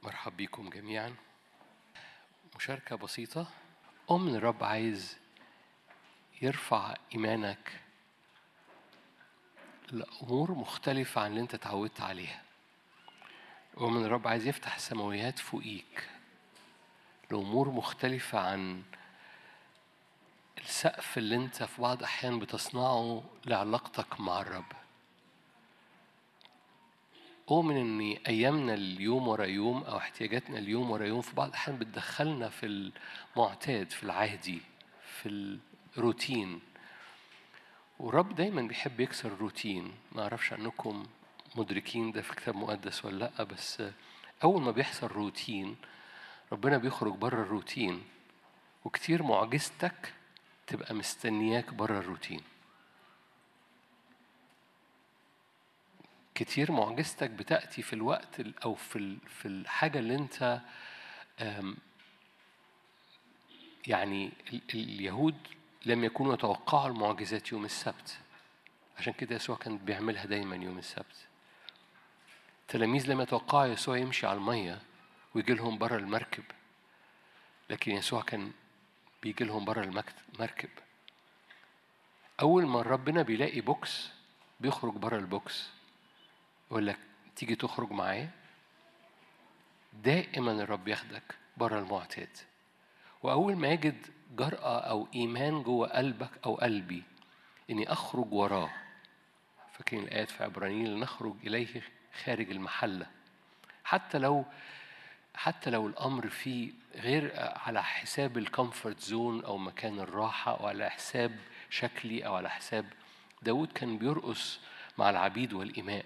مرحب بكم جميعا. مشاركة بسيطة. أؤمن الرب عايز يرفع إيمانك لأمور مختلفة عن اللي أنت اتعودت عليها. أؤمن الرب عايز يفتح السماويات فوقيك لأمور مختلفة عن السقف اللي أنت في بعض أحيان بتصنعه لعلاقتك مع الرب. أؤمن إن أيامنا اليوم ورا يوم أو احتياجاتنا اليوم ورا يوم في بعض الأحيان بتدخلنا في المعتاد، في العادي، في الروتين. والرب دايما بيحب يكسر الروتين. ما أعرفش عنكم مدركين ده في الكتاب المقدس ولا لأ، بس أول ما بيحصل روتين ربنا بيخرج بره الروتين، وكتير معجزتك تبقى مستنياك بره الروتين. كتير معجزتك بتأتي في الوقت أو في الحاجة اللي أنت يعني اليهود لم يكونوا يتوقعوا المعجزات يوم السبت، عشان كده يسوع كان بيعملها دايما يوم السبت. التلاميذ لم يتوقعوا يسوع يمشي على المية ويجي لهم بره المركب، لكن يسوع كان بيجي لهم بره المركب. أول ما ربنا بيلاقي بوكس بيخرج بره البوكس، يقول لك تيجي تخرج معايا. دائما الرب ياخدك بره المعتاد. وأول ما يجد جرأة أو إيمان جوه قلبك أو قلبي إني أخرج وراه. فاكرين الآيات في عبرانيين لنخرج إليه خارج المحلة، حتى لو الأمر فيه غير على حساب الكومفورت زون أو مكان الراحة، أو على حساب شكلي، أو على حساب. داود كان بيرقص مع العبيد والإماء،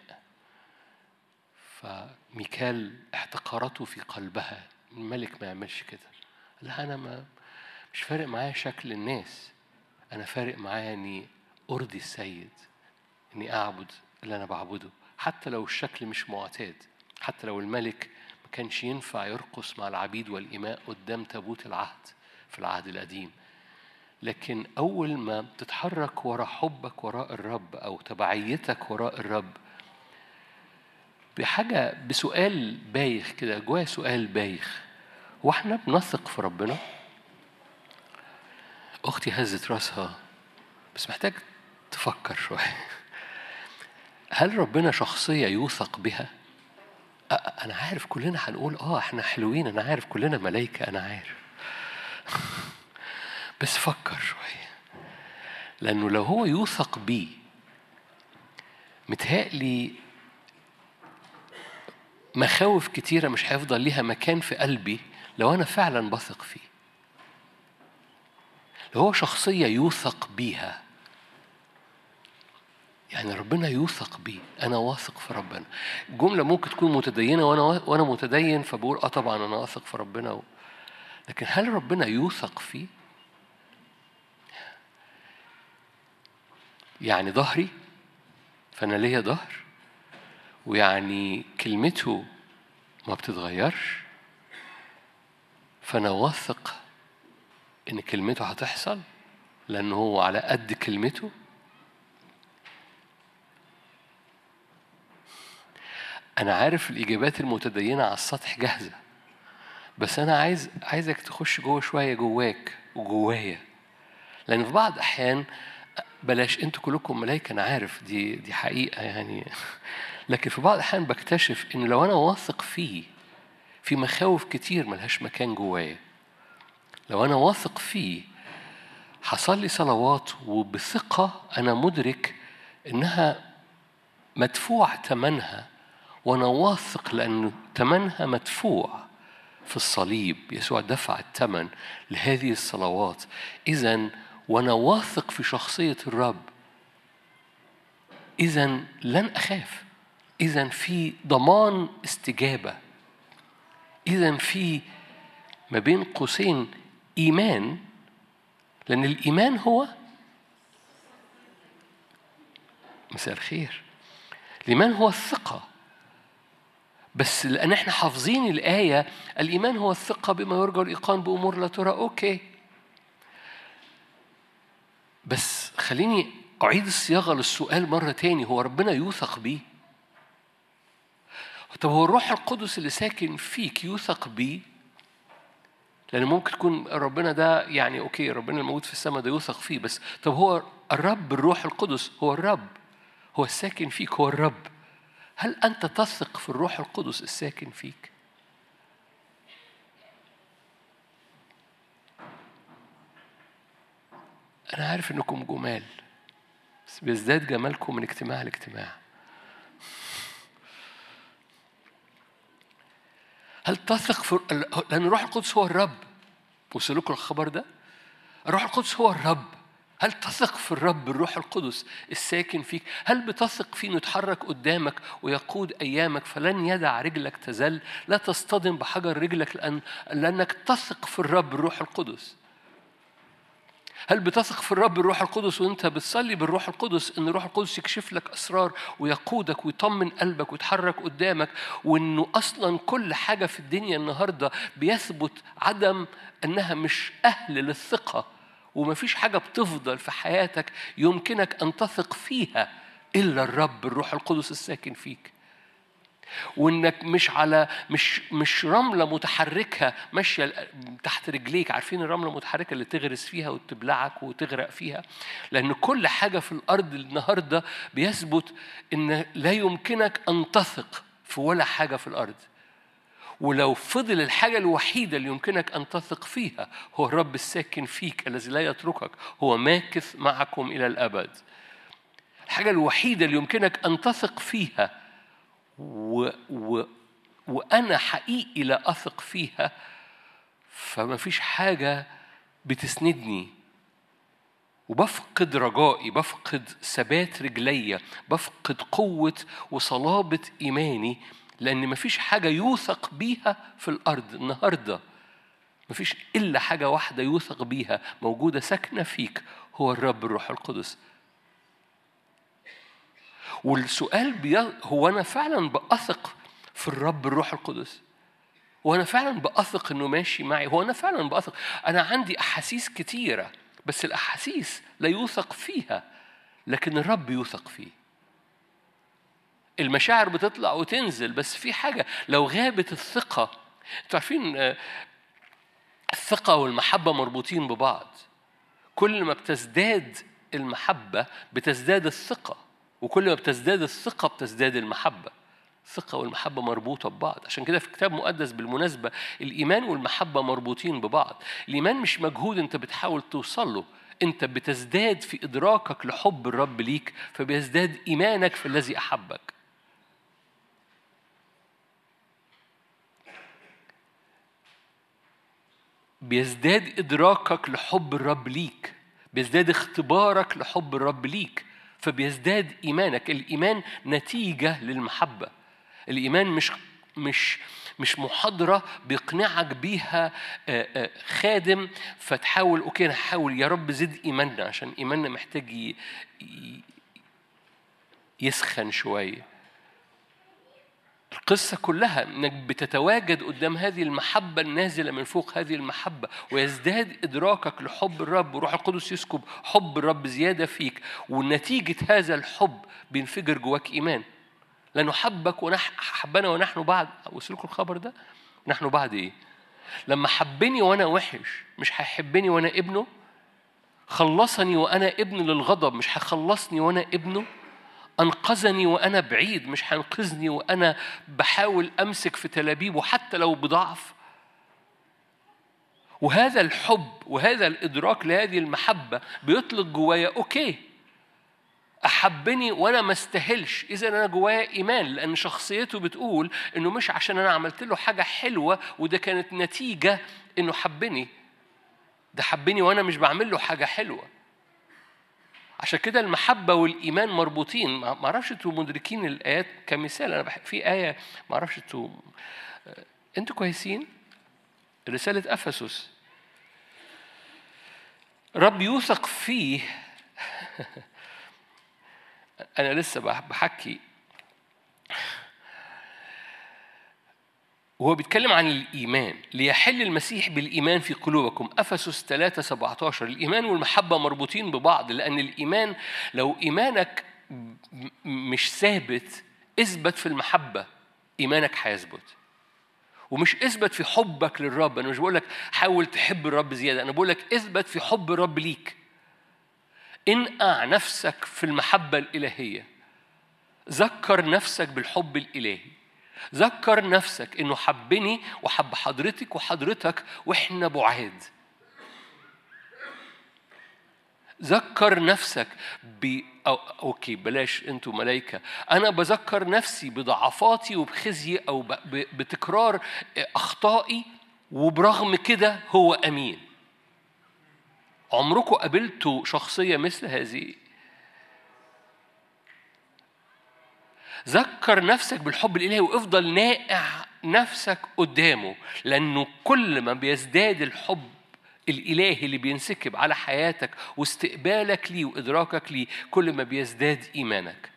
فميكال احتقرته في قلبها. الملك ما يعملش كده. لا، أنا مش فارق معايا شكل الناس، أنا فارق معايا إني أرضي السيد، إني أعبد اللي أنا بعبده، حتى لو الشكل مش معتاد. حتى لو الملك ما كانش ينفع يرقص مع العبيد والإماء قدام تابوت العهد في العهد القديم، لكن أول ما تتحرك وراء حبك وراء الرب أو تبعيتك وراء الرب بسؤال بايخ كده، جوايا سؤال بايخ: واحنا بنثق في ربنا؟ أختي هزت راسها، بس محتاج تفكر شوية. هل ربنا شخصية يوثق بها؟ أنا عارف كلنا هنقول إحنا حلوين، أنا عارف كلنا ملايكة، أنا عارف. بس فكر شوية، لأنه لو هو يوثق بيه متهيألي مخاوف كتيرة مش هيفضل ليها مكان في قلبي لو أنا فعلا بثق فيه. لو هو شخصية يوثق بيها، يعني ربنا يوثق بيه، أنا واثق في ربنا. جملة ممكن تكون متدينة وأنا متدين فبقول طبعا أنا واثق في ربنا، لكن هل ربنا يوثق فيه؟ يعني ظهري، فأنا ليا ظهر، ويعني كلمته ما بتتغيرش، فأنا واثق إن كلمته هتحصل لأنه هو على قد كلمته. أنا عارف الإجابات المتدينة على السطح جاهزة، بس أنا عايزك تخش جوه شوية، جواك وجوايا، لأن في بعض أحيان بلاش أنتوا كلكم ملايكة، أنا عارف دي حقيقة يعني. لكن في بعض الأحيان بكتشف إن لو أنا واثق فيه، في مخاوف كتير ملهاش مكان جوايا. لو أنا واثق فيه حصل لي صلوات وبثقة أنا مدرك إنها مدفوع ثمنها، وأنا واثق لأن ثمنها مدفوع في الصليب. يسوع دفع الثمن لهذه الصلوات. إذن وأنا واثق في شخصية الرب، إذن لن أخاف. إذن في ضمان استجابة. إذن في ما بين قوسين إيمان، لأن الإيمان هو مساء الخير. الإيمان هو الثقة، بس لأن احنا حافظين الآية الإيمان هو الثقة بما يرجى الإيقان بأمور لا ترى. أوكي، بس خليني أعيد الصياغة للسؤال مرة تاني: هو ربنا يوثق بيه؟ طب هو الروح القدس اللي ساكن فيك يوثق بيه؟ لأن ممكن تكون ربنا ده يعني أوكي، ربنا الموجود في السماء ده يوثق فيه، بس طب هو الرب الروح القدس هو الرب، هو الساكن فيك، هو الرب. هل أنت تثق في الروح القدس الساكن فيك؟ أنا عارف إنكم جمال، بس بيزداد جمالكم من اجتماع لاجتماع. هل تثق في، لأن الروح القدس هو الرب. وصل لكم الخبر ده؟ الروح القدس هو الرب. هل تثق في الرب الروح القدس الساكن فيك؟ هل بتثق فيه إنه يتحرك قدامك ويقود أيامك فلن يدع رجلك تزل؟ لا تصطدم بحجر رجلك لأنك تثق في الرب الروح القدس. هل بتثق في الرب الروح القدس وانت بتصلي بالروح القدس ان الروح القدس يكشف لك اسرار ويقودك ويطمن قلبك ويتحرك قدامك، وانه اصلا كل حاجه في الدنيا النهارده بيثبت عدم انها مش اهل للثقه، ومفيش حاجه بتفضل في حياتك يمكنك ان تثق فيها الا الرب الروح القدس الساكن فيك، وانك مش رمله متحركه ماشيه تحت رجليك. عارفين الرمله المتحركه اللي تغرس فيها وتبلعك وتغرق فيها؟ لان كل حاجه في الارض النهارده بيثبت ان لا يمكنك ان تثق في ولا حاجه في الارض. ولو فضل الحاجة الوحيدة اللي يمكنك أن تثق فيها هو الرب الساكن فيك الذي لا يتركك، هو ماكث معكم إلى الأبد. الحاجة الوحيدة اللي يمكنك أن تثق فيها وأنا حقيقي لا أثق فيها، فما فيش حاجة بتسندني، وبفقد رجائي، بفقد ثبات رجلي، بفقد قوة وصلابة إيماني، لأن ما فيش حاجة يوثق بيها في الأرض النهاردة. ما فيش إلا حاجة واحدة يوثق بيها موجودة ساكنة فيك، هو الرب الروح القدس. والسؤال هو أنا فعلا بأثق في الرب الروح القدس؟ وأنا فعلا بأثق إنه ماشي معي؟ هو أنا فعلا بأثق؟ أنا عندي أحاسيس كتيرة، بس الأحاسيس لا يوثق فيها، لكن الرب يوثق فيه. المشاعر بتطلع وتنزل، بس في حاجة لو غابت الثقة. أنتوا عارفين الثقة والمحبة مربوطين ببعض. كل ما بتزداد المحبة بتزداد الثقة، وكل ما بتزداد الثقة بتزداد المحبة. الثقة والمحبة مربوطة ببعض. عشان كده في كتاب مقدس بالمناسبة الإيمان والمحبة مربوطين ببعض. الإيمان مش مجهود أنت بتحاول توصل له، أنت بتزداد في إدراكك لحب الرب ليك، فبيزداد إيمانك في الذي أحبك. بيزداد إدراكك لحب الرب ليك، بيزداد اختبارك لحب الرب ليك، فبيزداد إيمانك. الإيمان نتيجة للمحبة. الإيمان مش محاضرة بيقنعك بيها خادم فتحاول أوكي أنا هحاول يا رب زد إيماننا، عشان إيماننا محتاج يسخن شوية. القصة كلها إنك بتتواجد قدام هذه المحبة النازلة من فوق هذه المحبة، ويزداد إدراكك لحب الرب، وروح القدس يسكب حب الرب زيادة فيك، ونتيجة هذا الحب بينفجر جواك إيمان. لأنه حبك حبنا ونحن بعد. وصلكم الخبر ده؟ نحن بعد إيه؟ لما حبني وأنا وحش مش هيحبني وأنا ابنه؟ خلصني وأنا ابن للغضب مش هيخلصني وأنا ابنه؟ أنقذني وأنا بعيد مش هينقذني وأنا بحاول أمسك في تلابيبه حتى لو بضعف. وهذا الحب وهذا الإدراك لهذه المحبة بيطلق جوايا أوكي أحبني وأنا ما استاهلش، إذا أنا جوايا إيمان، لأن شخصيته بتقول إنه مش عشان أنا عملت له حاجة حلوة وده كانت نتيجة إنه حبني، ده حبني وأنا مش بعمل له حاجة حلوة. عشان كده المحبة والإيمان مربوطين. ما أعرفش أنتوا مدركين الآيات كمثال. أنا في آية ما أعرفش أنتوا كويسين. رسالة أفسس، رب يوثق فيه. أنا لسه بحكي وهو بيتكلم عن الإيمان، ليحل المسيح بالإيمان في قلوبكم. أفسس 3:17. الإيمان والمحبة مربوطين ببعض، لأن الإيمان لو إيمانك مش ثابت اثبت في المحبة. إيمانك هيثبت. ومش اثبت في حبك للرب، أنا مش بقول لك حاول تحب الرب زيادة، أنا بقول لك اثبت في حب الرب ليك. انقع نفسك في المحبة الإلهية. ذكر نفسك بالحب الإلهي. ذكر نفسك إنه حبني وحب حضرتك وحضرتك وإحنا بعاد. ذكر نفسك أوكي بلاش أنتوا ملايكة، أنا بذكر نفسي بضعفاتي وبخزي أو بتكرار أخطائي، وبرغم كده هو أمين. عمركم قابلتوا شخصية مثل هذه؟ ذكر نفسك بالحب الإلهي وافضل نائع نفسك قدامه، لأنه كل ما بيزداد الحب الإلهي اللي بينسكب على حياتك واستقبالك ليه وإدراكك ليه، كل ما بيزداد إيمانك.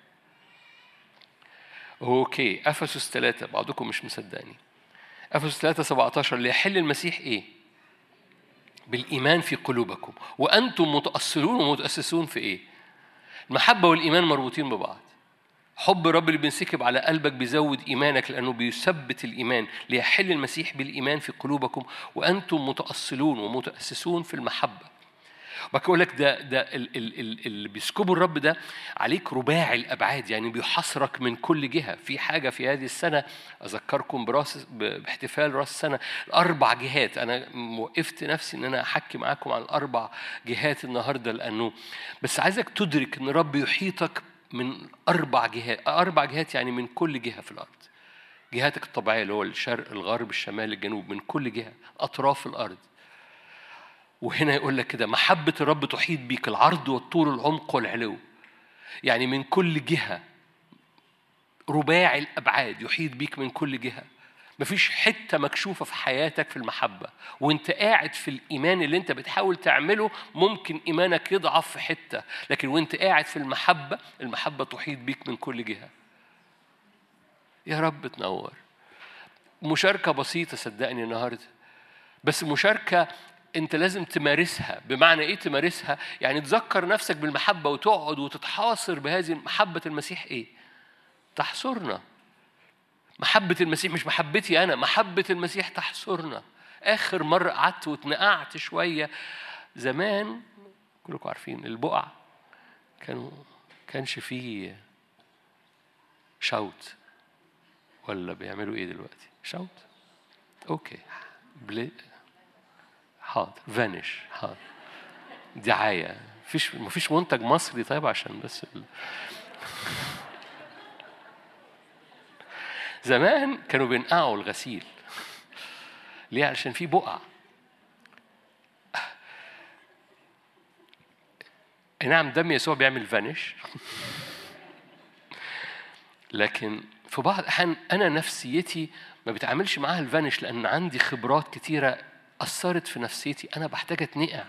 أوكي، أفسس 3، بعضكم مش مصدقني. أفسس 3:17 ليحل المسيح إيه؟ بالإيمان في قلوبكم وأنتم متأصلون ومتأسسون في إيه؟ المحبة والإيمان مربوطين ببعض. حب الرب اللي بينسكب على قلبك بيزود إيمانك، لأنه بيثبت الإيمان. ليحل المسيح بالإيمان في قلوبكم وأنتم متأصلون ومتأسسون في المحبة. بقول لك ده اللي بيسكبه الرب ده عليك رباعي الأبعاد، يعني بيحصرك من كل جهة. في حاجة في هذه السنة أذكركم باحتفال رأس السنة 4 جهات. أنا وقفت نفسي إن أنا أحكي معاكم عن 4 جهات النهاردة، لأنه بس عايزك تدرك إن الرب يحيطك من 4 جهات. 4 جهات يعني من كل جهة في الأرض. جهاتك الطبيعية اللي هو الشرق، الغرب، الشمال، الجنوب، من كل جهة، أطراف الأرض. وهنا يقول لك كده محبة الرب تحيط بيك العرض والطول والعمق والعلو، يعني من كل جهة. رباعي الأبعاد يحيط بيك من كل جهة. مفيش حتة مكشوفة في حياتك في المحبة. وانت قاعد في الإيمان اللي انت بتحاول تعمله ممكن إيمانك يضعف في حتة، لكن وانت قاعد في المحبة، المحبة تحيط بيك من كل جهة. يا رب تنور. مشاركة بسيطة صدقني النهاردة، بس مشاركة انت لازم تمارسها. بمعنى ايه تمارسها؟ يعني تذكر نفسك بالمحبة وتقعد وتتحاصر بهذه محبة المسيح. ايه تحصرنا؟ محبة المسيح مش محبتي أنا، محبة المسيح تحصرنا. آخر مرة قعدت واتنقعت شوية زمان، كلكم عارفين البقع كانش فيه شوت، ولا بيعملوا ايه دلوقتي؟ شوت. اوكي حاضر فانيش. حاضر دعاية. مفيش منتج مصري طيب عشان بس زمان كانوا بينقعوا الغسيل. ليه؟ علشان في بقع. نعم دم يسوع بيعمل فانيش لكن في بعض الأحيان أنا نفسيتي ما بتعاملش معاها الفانيش، لأن عندي خبرات كتيرة أثرت في نفسيتي. أنا بحتاج أتنقع.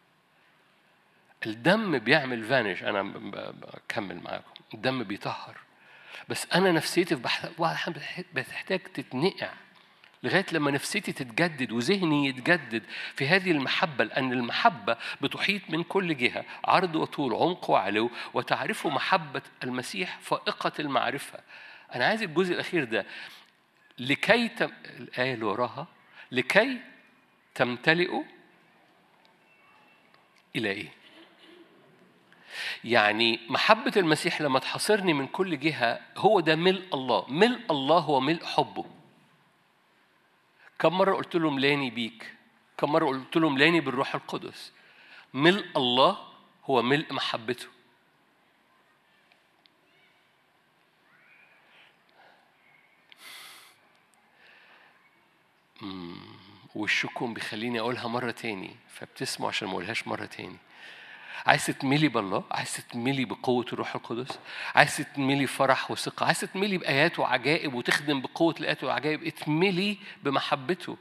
الدم بيعمل فانيش. أنا بكمل معاكم. الدم بيطهر، بس أنا نفسيتي في بعض الأحيان بتحتاج تتنقع لغاية لما نفسيتي تتجدد وذهني يتجدد في هذه المحبة، لأن المحبة بتحيط من كل جهة، عرض وطول، عمق وعلو، وتعرفوا محبة المسيح فائقة المعرفة. أنا عايز الجزء الأخير ده. لكي الآية اللي وراها لكي تمتلئوا إلى إيه؟ يعني محبة المسيح لما تحصرني من كل جهة هو ده ملء الله. ملء الله هو ملء حبه. كم مرة قلت لهم ملاني بيك؟ كم مرة قلت لهم ملاني بالروح القدس؟ ملء الله هو ملء محبته. والشكم بيخليني أقولها مرة تاني، فبتسمعوا عشان ما أقولهاش مرة تاني. عايز تتملي بالله، عايز تتملي بقوة الروح القدس، عايز تتملي فرح وثقة، عايز تتملي بآيات وعجائب وتخدم بقوة الآيات والعجائب، اتملي بمحبته.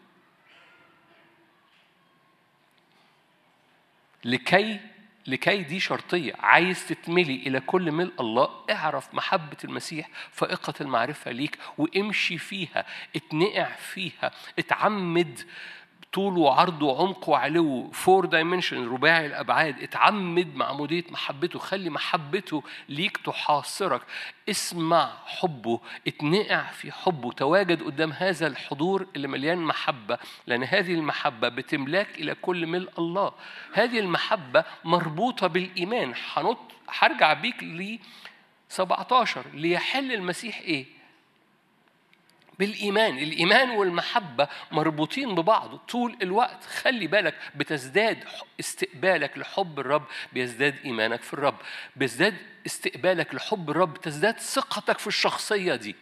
لكي دي شرطية. عايز تتملي إلى كل ملء الله، اعرف محبة المسيح فائقة المعرفة ليك وامشي فيها، اتنقع فيها، اتعمد طول وعرض وعمق وعلو، 4 dimension، رباعي الأبعاد. اتعمد معمودية محبته، خلي محبته ليك تحاصرك. اسمع حبه، اتنقع في حبه، تواجد قدام هذا الحضور اللي مليان محبة، لأن هذه المحبة بتملاك إلى كل ملء الله. هذه المحبة مربوطة بالإيمان. هرجع بيك ل 17 ليحل المسيح إيه؟ بالإيمان. الإيمان والمحبة مربوطين ببعض طول الوقت. خلي بالك، بتزداد استقبالك لحب الرب بيزداد إيمانك في الرب، بيزداد استقبالك لحب الرب تزداد ثقتك في الشخصية دي.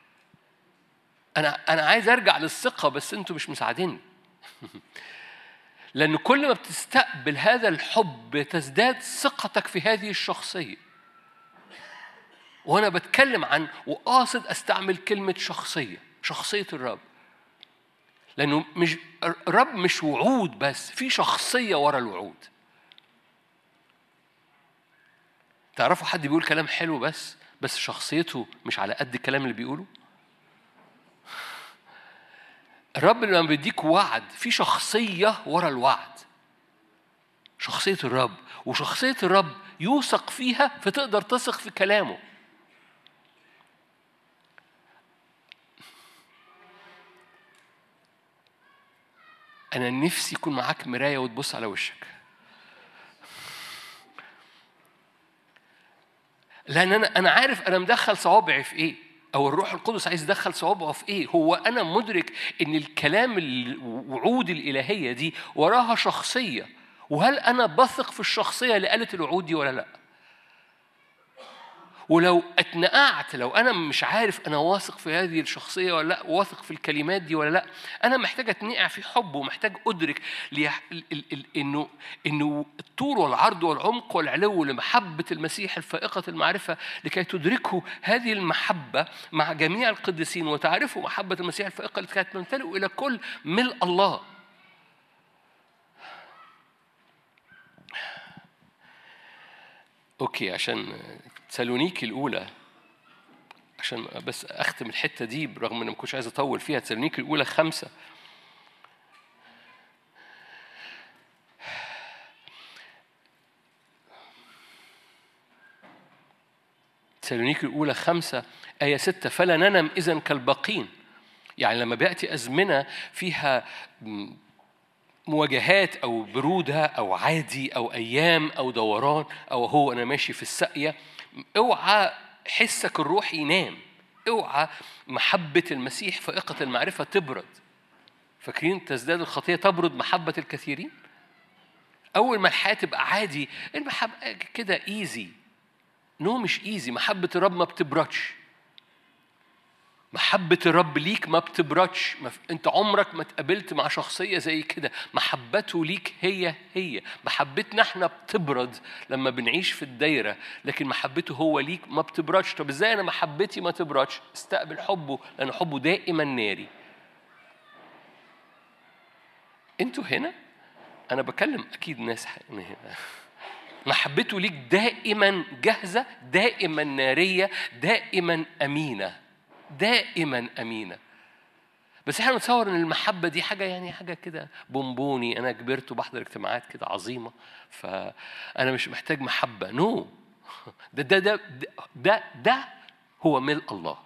أنا عايز أرجع للثقة، بس أنتوا مش مساعديني. لأن كل ما بتستقبل هذا الحب تزداد ثقتك في هذه الشخصية. وأنا بتكلم عن وقاصد أستعمل كلمة شخصية الرب، لأنه مش الرب مش وعود بس، في شخصية ورا الوعود. تعرفوا حد بيقول كلام حلو بس شخصيته مش على قد الكلام اللي بيقوله؟ الرب لما بيديك وعد في شخصية ورا الوعد، شخصية الرب. وشخصية الرب يوثق فيها، فتقدر تثق في كلامه. أنا نفسي يكون معاك مراية وتبص على وشك، لأن أنا عارف أنا مدخل صوابعي في إيه، أو الروح القدس عايز يدخل صوابعه في إيه. هو أنا مدرك إن الكلام الوعود الإلهية دي وراها شخصية، وهل أنا بثق في الشخصية اللي قالت الوعود دي ولا لأ؟ ولو اتنقعت، لو أنا مش عارف أنا واثق في هذه الشخصية ولا لأ، واثق في الكلمات دي ولا لأ، أنا محتاج أتنقع في حبه، ومحتاج أدرك إنه الطول والعرض والعمق والعلو لمحبة المسيح الفائقة المعرفة، لكي تدركوا هذه المحبة مع جميع القديسين وتعرفوا محبة المسيح الفائقة التي كانت تمتلئ إلى كل ملء الله. أوكي، عشان تسالونيكي الأولى، عشان بس أختم الحتة دي برغم أني ما كنتش عايز أطول فيها. تسالونيكي الأولى 5. تسالونيكي الأولى 5 آية 6: فلا ننم إذن كالباقين. يعني لما بيأتي أزمنة فيها مواجهات أو برودة أو عادي أو أيام أو دوران أو هو أنا ماشي في السقية، اوعى حسك الروحي ينام، اوعى محبة المسيح فائقة المعرفة تبرد. فاكرين تزداد الخطية تبرد محبة الكثيرين؟ أول ما الحياة تبقى عادي، المحبة كده إيزي، مش إيزي. محبة الرب ما بتبردش، محبة الرب ليك ما بتبردش. أنت عمرك ما تقابلت مع شخصية زي كده. محبته ليك هي محبتنا احنا بتبرد لما بنعيش في الدايرة، لكن محبته هو ليك ما بتبردش. طب إزاي أنا محبتي ما تبردش؟ استقبل حبه، لأن حبه دائما ناري. أنتوا هنا أنا بكلم أكيد ناس هنا. محبته ليك دائما جاهزة، دائما نارية، دائما أمينة، دائما أمينة. بس احنا نتصور ان المحبة دي حاجة كده بونبوني. انا كبرت وبحضر اجتماعات كده عظيمة فانا مش محتاج محبة. نو ده هو ملء الله.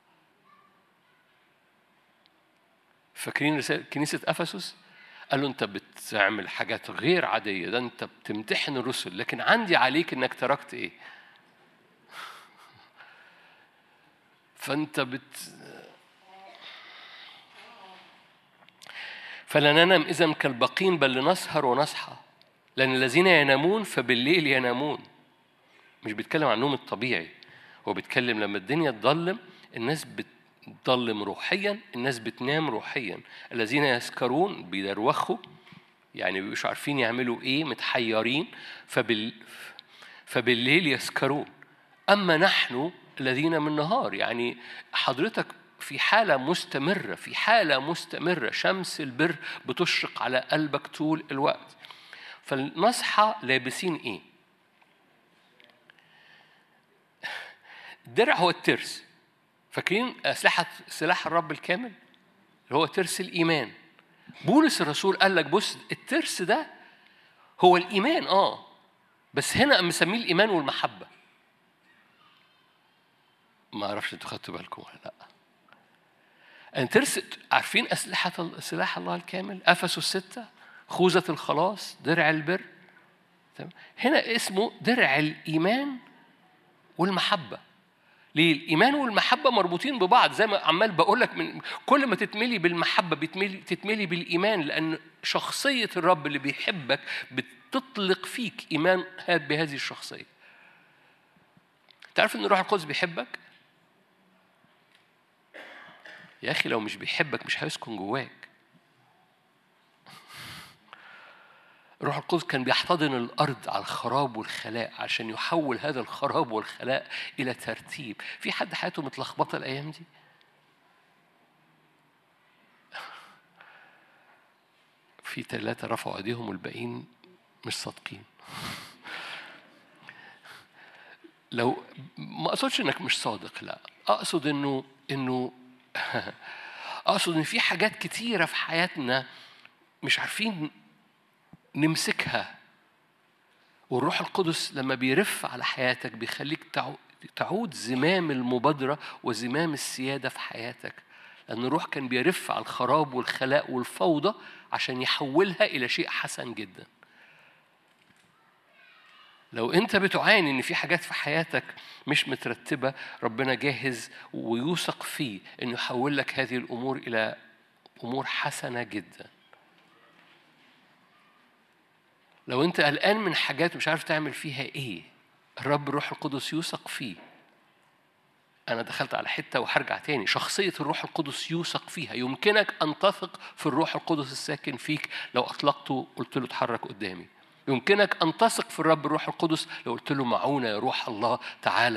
فاكرين رسالة كنيسة أفسس؟ قال له انت بتعمل حاجات غير عادية، ده انت بتمتحن الرسل، لكن عندي عليك انك تركت ايه؟ فانت فلا ننم إذن كالباقين بل لنسهر ونصحى، لأن الذين ينامون فبالليل ينامون. مش بيتكلم عن النوم الطبيعي، هو بيتكلم لما الدنيا تضلم الناس بتضلم روحيا، الناس بتنام روحيا. الذين يسكرون بيدروخوا، يعني مش عارفين يعملوا ايه، متحيرين، فبالليل يسكرون. أما نحن الذين من النهار، يعني حضرتك في حالة مستمرة، شمس البر بتشرق على قلبك طول الوقت. فالنصحى لابسين ايه؟ الدرع هو الترس. فاكرين سلاح الرب الكامل اللي هو ترس الإيمان. بولس الرسول قال لك بص الترس ده هو الإيمان بس هنا مسميه الإيمان والمحبة. ما أعرفش أنتوا خدتوا بالكم ولا لأ. أن ترس عارفين سلاح الله الكامل أفسس 6 خوذة الخلاص درع البر. هنا اسمه درع الإيمان والمحبة. ليه؟ الإيمان والمحبة مربوطين ببعض زي ما عمال بقول لك، من كل ما تتملي بالمحبة تتملي بالإيمان، لأن شخصية الرب اللي بيحبك بتطلق فيك إيمان بهذه الشخصية. تعرف إن الروح القدس بيحبك؟ يا أخي لو مش بيحبك مش هيسكن جواك. الروح القدس كان بيحتضن الأرض على الخراب والخلاء عشان يحول هذا الخراب والخلاء إلى ترتيب. في حد حياته متلخبطة الأيام دي؟ في 3 رفعوا ايديهم والباقيين مش صادقين. لو ما اقصدش انك مش صادق، لا اقصد انه اقصد ان في حاجات كتيره في حياتنا مش عارفين نمسكها، والروح القدس لما بيرف على حياتك بيخليك تعود زمام المبادره وزمام السياده في حياتك، لأن الروح كان بيرف على الخراب والخلاء والفوضى عشان يحولها إلى شيء حسن جدا. لو أنت بتعاني إن في حاجات في حياتك مش مترتبة، ربنا جاهز ويوثق فيه إنه يحول لك هذه الأمور إلى أمور حسنة جدا. لو أنت قلقان من حاجات ومش عارف تعمل فيها إيه، الرب الروح القدس يوثق فيه. أنا دخلت على حتة وهرجع تاني. شخصية الروح القدس يوثق فيها. يمكنك أن تثق في الروح القدس الساكن فيك لو أطلقته قلت له اتحرك قدامي. يمكنك أن تثق في الرب الروح القدس لو قلت له معونة يا روح الله تعالى.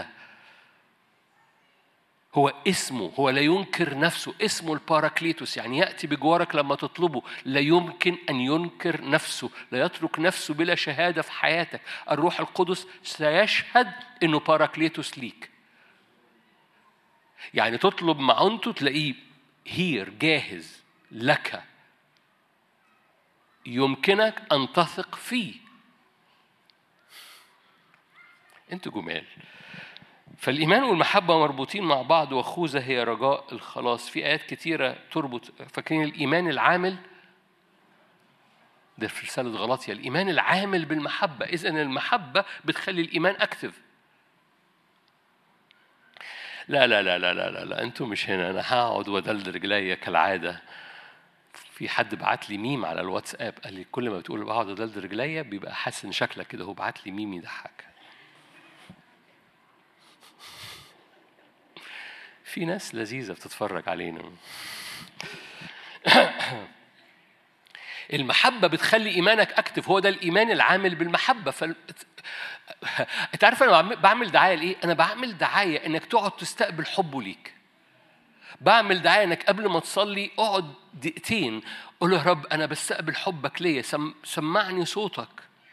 هو اسمه، هو لا ينكر نفسه، اسمه الباراكليتوس، يعني يأتي بجوارك لما تطلبه. لا يمكن أن ينكر نفسه، لا يترك نفسه بلا شهادة في حياتك. الروح القدس سيشهد أنه باراكليتوس ليك. يعني تطلب معونته تلاقيه هير جاهز لك. يمكنك أن تثق فيه. أنت جمال. فالإيمان والمحبة مربوطين مع بعض، وخوذة هي رجاء الخلاص. في آيات كتيرة تربط. فاكرين الإيمان العامل ده في رسالة غلاطيا، الإيمان العامل بالمحبة. إذن المحبة بتخلي الإيمان أكتف. لا لا لا لا لا لا, لا. أنتوا مش هنا. أنا هقعد ودلد رجلي كالعادة. في حد بعت لي ميم على الواتساب قال لي كل ما بتقول بقعد ودلد رجلي بيبقى حاسس ان شكلك كده. هو بعت لي ميم يضحك. في ناس لذيذة بتتفرج علينا. المحبة بتخلي إيمانك أكتف. هو ده الإيمان العامل بالمحبة. أنت عارف أنا بعمل دعاية لإيه؟ أنا بعمل دعاية إنك تقعد تستقبل حبه ليك. بعمل دعاية إنك قبل ما تصلي اقعد دقيقتين قول يا رب أنا بستقبل حبك ليا، سمعني صوتك.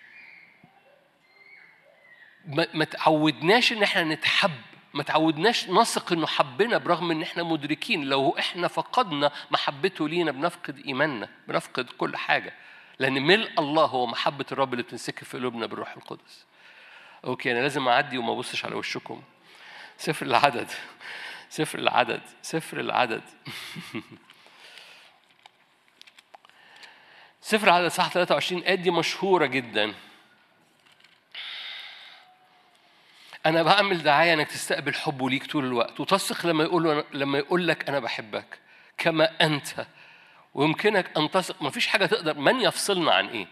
ما تعودناش إن إحنا نتحب، ما تعودناش نثق إنه حبنا برغم إن إحنا مدركين لو إحنا فقدنا محبته لينا بنفقد إيماننا، بنفقد كل حاجة. لأن ملء الله هو محبة الرب اللي بتنسكب في قلوبنا بالروح القدس. أوكي أنا لازم أعدي وما أبصش على وشكم. سفر العدد سفر العدد سفر العدد سفر العدد صح 23 آية دي مشهورة جدا. أنا بعمل دعاية إنك تستقبل حبه ليك طول الوقت وتثق لما يقول لك أنا بحبك كما أنت. ويمكنك أن تثق. ما فيش حاجة تقدر. من يفصلنا عن إيه؟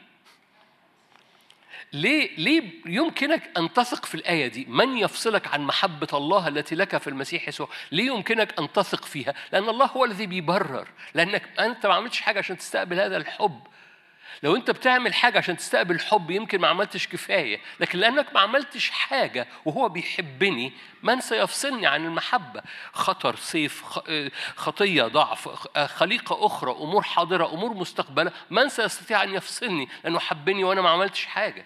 ليه يمكنك أن تثق في الآية دي؟ من يفصلك عن محبة الله التي لك في المسيح يسوع؟ ليه يمكنك أن تثق فيها؟ لأن الله هو الذي بيبرر. لأنك أنت ما عملتش حاجة عشان تستقبل هذا الحب. لو أنت بتعمل حاجة عشان تستقبل الحب يمكن ما عملتش كفاية، لكن لأنك ما عملتش حاجة وهو بيحبني، من سيفصلني عن المحبة؟ خطر، سيف، خطية، ضعف، خليقة أخرى، أمور حاضرة، أمور مستقبلة، من سيستطيع أن يفصلني؟ لأنه حبني وأنا ما عملتش حاجة.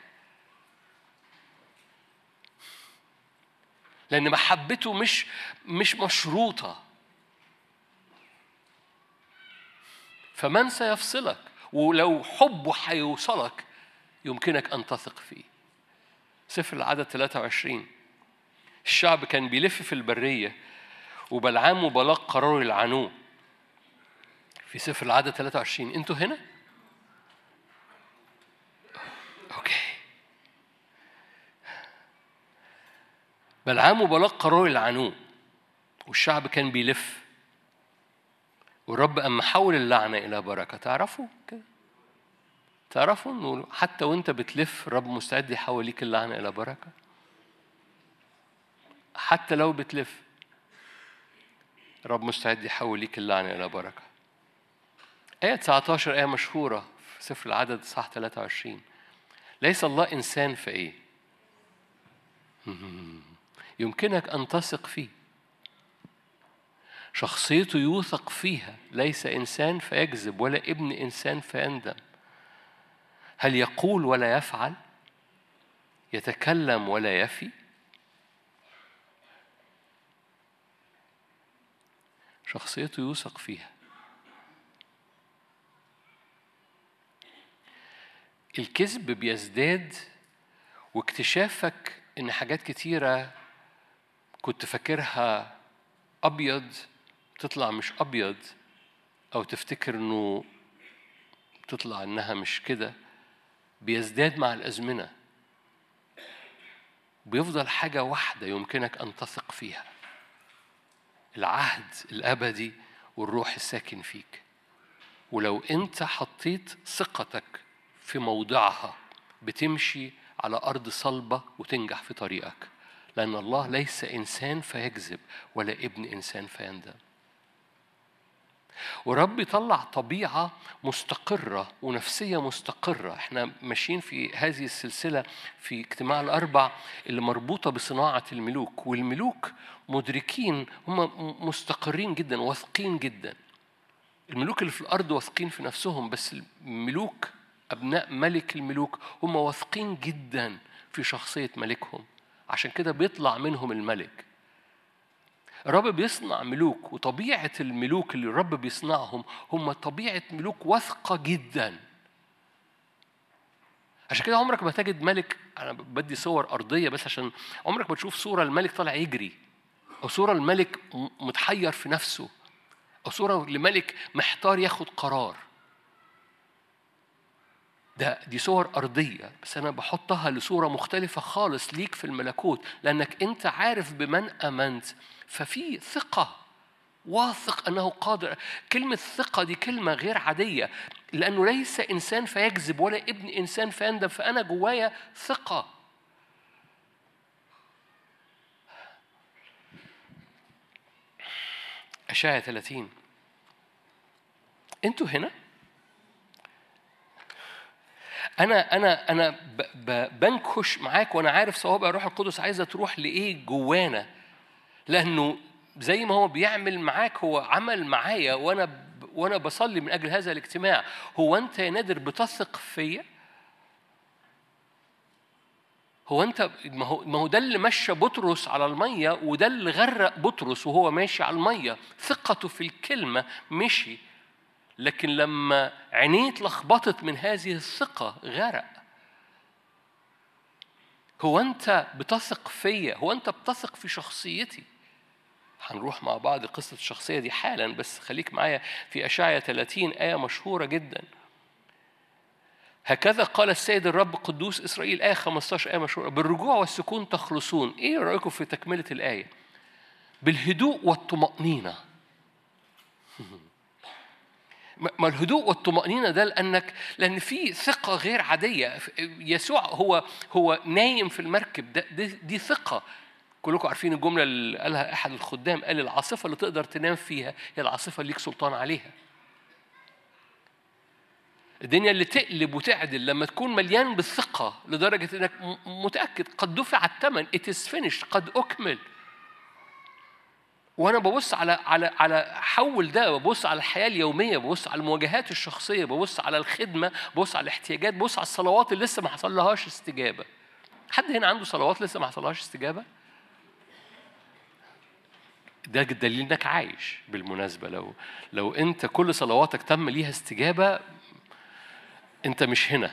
لأن محبته مش مشروطة. فمن سيفصلك؟ ولو حبه هيوصلك يمكنك أن تثق فيه. سفر العدد 23. الشعب كان بيلف في البرية وبلعام وبلاق قرروا يلعنوه. في سفر العدد 23. انتوا هنا؟ اوكي. بلعام وبلاق قرروا يلعنوه والشعب كان بيلف، والرب أما حول اللعنة إلى بركة. تعرفوا كده؟ تعرفوا إنه حتى وأنت بتلف الرب مستعد يحول ليك اللعنة إلى بركة. حتى لو بتلف الرب مستعد يحول ليك اللعنة إلى بركة. آية 19 آية مشهورة في سفر العدد صح 23. ليس الله إنسان فإيه؟ يمكنك أن تثق فيه. شخصيته يوثق فيها. ليس إنسان فيكذب ولا ابن إنسان فيندم. هل يقول ولا يفعل؟ يتكلم ولا يفي؟ شخصيته يوثق فيها. الكذب بيزداد واكتشافك إن حاجات كتيرة كنت فاكرها أبيض تطلع مش أبيض، أو تفتكر إنه تطلع إنها مش كده، بيزداد مع الأزمنة. بيفضل حاجة واحدة يمكنك أن تثق فيها: العهد الأبدي والروح الساكن فيك. ولو أنت حطيت ثقتك في موضعها بتمشي على أرض صلبة وتنجح في طريقك، لأن الله ليس إنسان فيكذب ولا ابن إنسان فيندم. ورب يطلع طبيعة مستقرة ونفسية مستقرة. احنا ماشيين في هذه السلسلة في اجتماع الأربع اللي مربوطة بصناعة الملوك، والملوك مدركين هم مستقرين جدا، واثقين جدا. الملوك اللي في الأرض واثقين في نفسهم، بس الملوك أبناء ملك الملوك هم واثقين جدا في شخصية ملكهم، عشان كده بيطلع منهم الملك. الرب بيصنع ملوك، وطبيعة الملوك اللي الرب بيصنعهم هم طبيعة ملوك واثقة جدا. عشان كده عمرك ما تجد ملك، أنا بدي صور أرضية بس عشان عمرك ما تشوف صورة الملك طالع يجري، أو صورة الملك متحير في نفسه، أو صورة لملك محتار ياخد قرار. دي صور أرضية، بس أنا بحطها لصورة مختلفة خالص ليك في الملكوت، لأنك أنت عارف بمن أمنت، ففي ثقة، واثق أنه قادر. كلمة ثقة دي كلمة غير عادية، لأنه ليس إنسان فيكذب ولا ابن إنسان فيندم، فأنا جوايا ثقة. أشعياء 30. أنتوا هنا؟ أنا بنكش معاك، وأنا عارف صوابع الروح القدس عايزة تروح لإيه جوانا، لأنه زي ما هو بيعمل معاك هو عمل معايا، وأنا بصلي من أجل هذا الاجتماع. هو أنت يا نادر بتثق فيا؟ هو أنت ما هو ده اللي مشى بطرس على المية، وده اللي غرق بطرس وهو ماشي على المية. ثقته في الكلمة مشي، لكن لما عينيه اتلخبطت من هذه الثقة غرق. هو أنت بتثق فيا؟ هو أنت بتثق في شخصيتي؟ هنروح مع بعض قصة الشخصية دي حالا، بس خليك معايا في أشعياء 30 آية مشهورة جدا. هكذا قال السيد الرب قدوس إسرائيل، آية 15 آية مشهورة: بالرجوع والسكون تخلصون. إيه رأيكم في تكملة الآية؟ بالهدوء والطمأنينة. ما الهدوء والطمأنينة ده؟ لأن في ثقة غير عادية. يسوع هو نايم في المركب ده، دي ثقة. كلكم عارفين الجملة اللي قالها أحد الخدام، قال العاصفة اللي تقدر تنام فيها هي العاصفة اللي ليك سلطان عليها. الدنيا اللي تقلب وتعدل لما تكون مليان بالثقة لدرجة أنك متأكد قد دفع الثمن، it is finished، قد أكمل. وأنا ببص على حول ده، ببص على الحياة اليومية، ببص على المواجهات الشخصية، ببص على الخدمة، ببص على الاحتياجات، ببص على الصلوات اللي لسه ما حصلهاش استجابة. حد هنا عنده صلوات لسه ما حصلهاش استجابة؟ ده دليل انك عايش. بالمناسبة لو انت كل صلواتك تم ليها استجابة، انت مش هنا.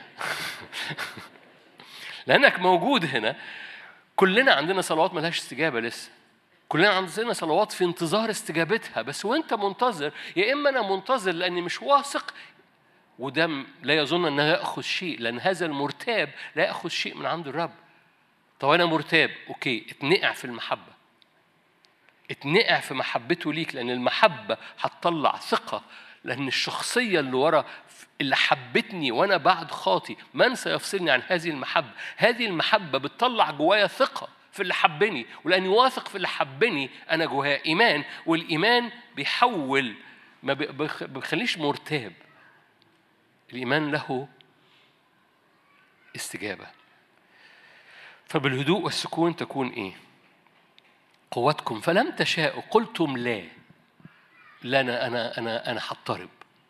لانك موجود هنا. كلنا عندنا صلوات ملهاش استجابة لسه. كلنا عندنا صلوات في انتظار استجابتها، بس وانت منتظر، يا اما انا منتظر لاني مش واثق، وده لا يظن انه ياخذ شيء، لان هذا المرتاب لا ياخذ شيء من عند الرب. طب انا مرتاب، اوكي، اتنقع في المحبة، اتنقع في محبته ليك، لأن المحبة هتطلع ثقة. لأن الشخصية اللي ورا اللي حبتني وأنا بعد خاطي، من سيفصلني عن هذه المحبة؟ هذه المحبة بتطلع جوايا ثقة في اللي حبني، ولأني واثق في اللي حبني أنا جوايا إيمان، والإيمان بيحول، ما بيخليش مرتاب. الإيمان له استجابة. فبالهدوء والسكون تكون إيه؟ قوتكم. فلم تشاءوا قلتم لا. لا أنا هضطرب.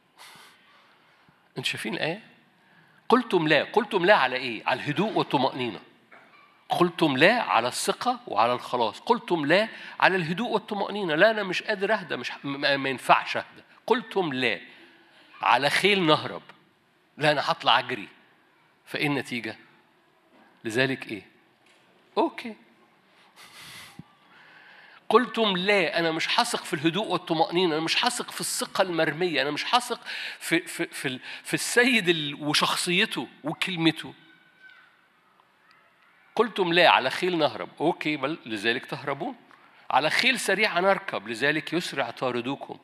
أنتوا شايفين الآية؟ قلتم لا. قلتم لا على إيه؟ على الهدوء والطمأنينة. قلتم لا على الثقة وعلى الخلاص. قلتم لا على الهدوء والطمأنينة. لا أنا مش قادر أهدى، ما ينفعش أهدى. قلتم لا على خيل نهرب. لا أنا هطلع أجري. فإيه النتيجة؟ لذلك إيه؟ أوكي. قلتم لا، أنا مش حثق في الهدوء والطمأنينة، أنا مش حثق في الثقة المرمية، أنا مش حثق في السيد وشخصيته وكلمته. قلتم لا على خيل نهرب، أوكي، بل لذلك تهربون. على خيل سريعة نركب، لذلك يسرع طاردوكم.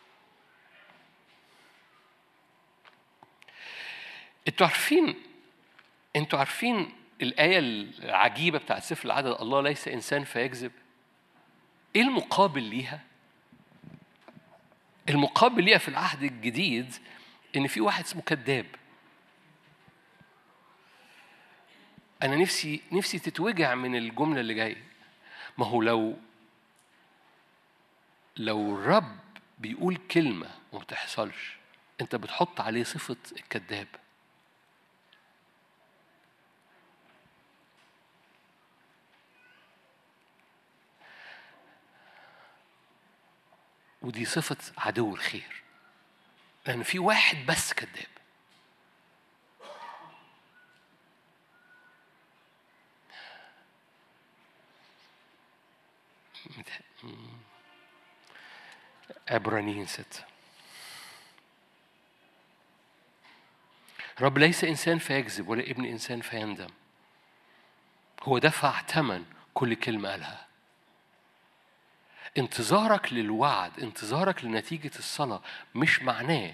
أنتوا عارفين الآية العجيبة بتاعت سفر العدد، الله ليس إنسان فيكذب. إيه المقابل ليها؟ المقابل ليها في العهد الجديد إن في واحد اسمه كذاب. أنا نفسي تتوجع من الجملة اللي جاية. ما هو لو الرب بيقول كلمة وما تحصلش، أنت بتحط عليه صفة الكذاب. ودي صفة عدو الخير، لأن في واحد بس كذاب. عبرانيين 6. رب ليس إنسان فيكذب ولا ابن إنسان فيندم. هو دفع ثمن كل كلمة قالها. انتظارك للوعد، انتظارك لنتيجة الصلاة مش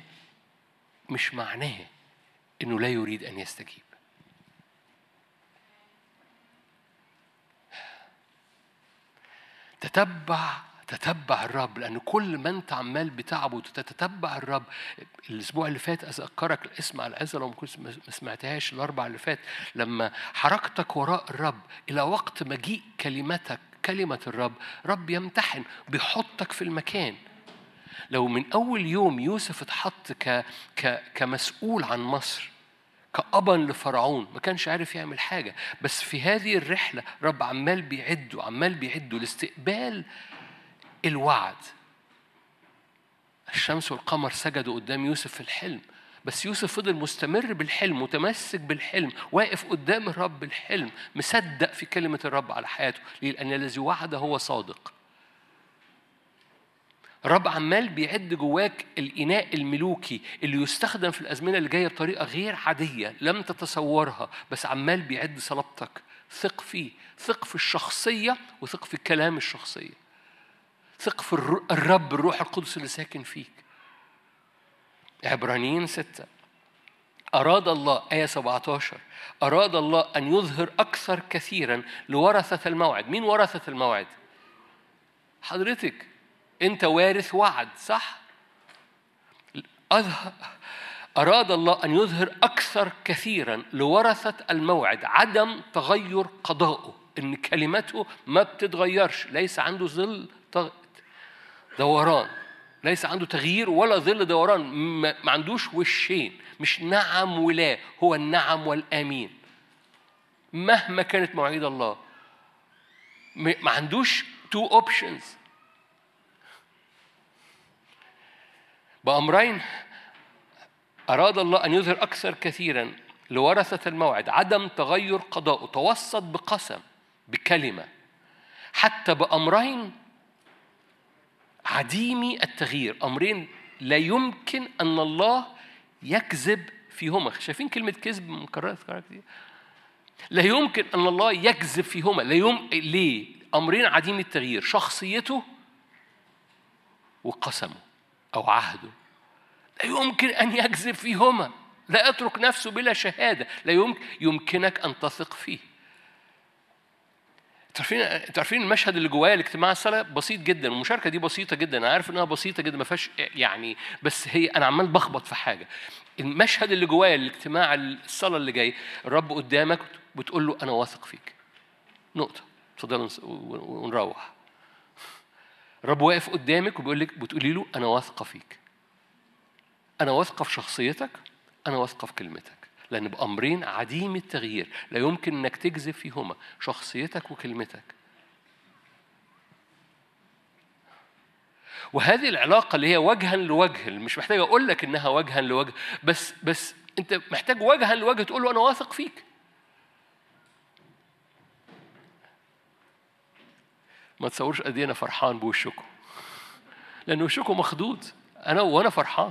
معناه إنه لا يريد أن يستجيب. تتبع الرب، لأن كل ما أنت عمال بتعبد تتتبع الرب. الأسبوع اللي فات أذكرك اسمع العظة لو ما سمعتهاش، الأربع اللي فات، لما حركتك وراء الرب إلى وقت مجيء كلمة الرب، رب يمتحن بيحطك في المكان. لو من أول يوم يوسف اتحط كمسؤول عن مصر، كأبا لفرعون، ما كانش عارف يعمل حاجة، بس في هذه الرحلة رب عمال بيعده لاستقبال الوعد. الشمس والقمر سجدوا قدام يوسف في الحلم، بس يوسف فضل مستمر بالحلم، متمسك بالحلم، واقف قدام الرب بالحلم، مصدق في كلمة الرب على حياته. ليه؟ لأن الذي وعد هو صادق. الرب عمال بيعد جواك الإناء الملوكي اللي يستخدم في الأزمنة اللي جاية بطريقة غير عادية لم تتصورها، بس عمال بيعد صلابتك. ثق فيه، ثق في الشخصية وثق في كلام الشخصية. ثق في الرب الروح القدس اللي ساكن فيك. عبرانيين 6. أراد الله، آية 17، أراد الله أن يظهر أكثر كثيرا لورثة الموعد. مين ورثة الموعد؟ حضرتك. أنت وارث وعد، صح؟ أراد الله أن يظهر أكثر كثيرا لورثة الموعد عدم تغير قضائه، إن كلمته ما بتتغيرش، ليس عنده ظل دوران، ليس عنده تغيير ولا ظل دوران، ما عندوش وشين، مش نعم ولا، هو النعم والآمين مهما كانت مواعيد الله. ما عندوش two options. بأمرين أراد الله أن يظهر أكثر كثيرا لورثة الموعد: عدم تغير قضاءه، توسط بقسم بكلمة. حتى بأمرين عديمي التغيير، أمرين لا يمكن أن الله يكذب فيهما. شايفين كلمة كذب مكررة كتير؟ لا يمكن أن الله يكذب فيهما. ليه؟ أمرين عديمي التغيير: شخصيته وقسمه أو عهده. لا يمكن أن يكذب فيهما. لا يترك نفسه بلا شهادة. لا يمكنك أن تثق فيه. تعرفين المشهد اللي جوايا الاجتماع الصلاة بسيط جدا، المشاركة دي بسيطة جدا. أنا عارف إنها بسيطة جدا، ما فيهاش يعني، بس هي أنا عمال بخبط في حاجة. المشهد اللي جوايا الاجتماع الصلاة اللي جاي، الرب قدامك بتقول له أنا واثق فيك. نقطة. اتفضلوا ونروح. الرب واقف قدامك وبيقول لك، بتقولي له أنا واثقة فيك، أنا واثقة في شخصيتك، أنا واثقة في كلمتك. لأن بأمرين عديم التغيير لا يمكن أنك تكذب فيهما: شخصيتك وكلمتك. وهذه العلاقة اللي هي وجها لوجه، مش محتاج أقول لك إنها وجها لوجه، بس أنت محتاج وجها لوجه تقول له أنا واثق فيك. ما تصورش قد إيه أنا فرحان بوشكم، لأن وشكم مخدود وأنا فرحان.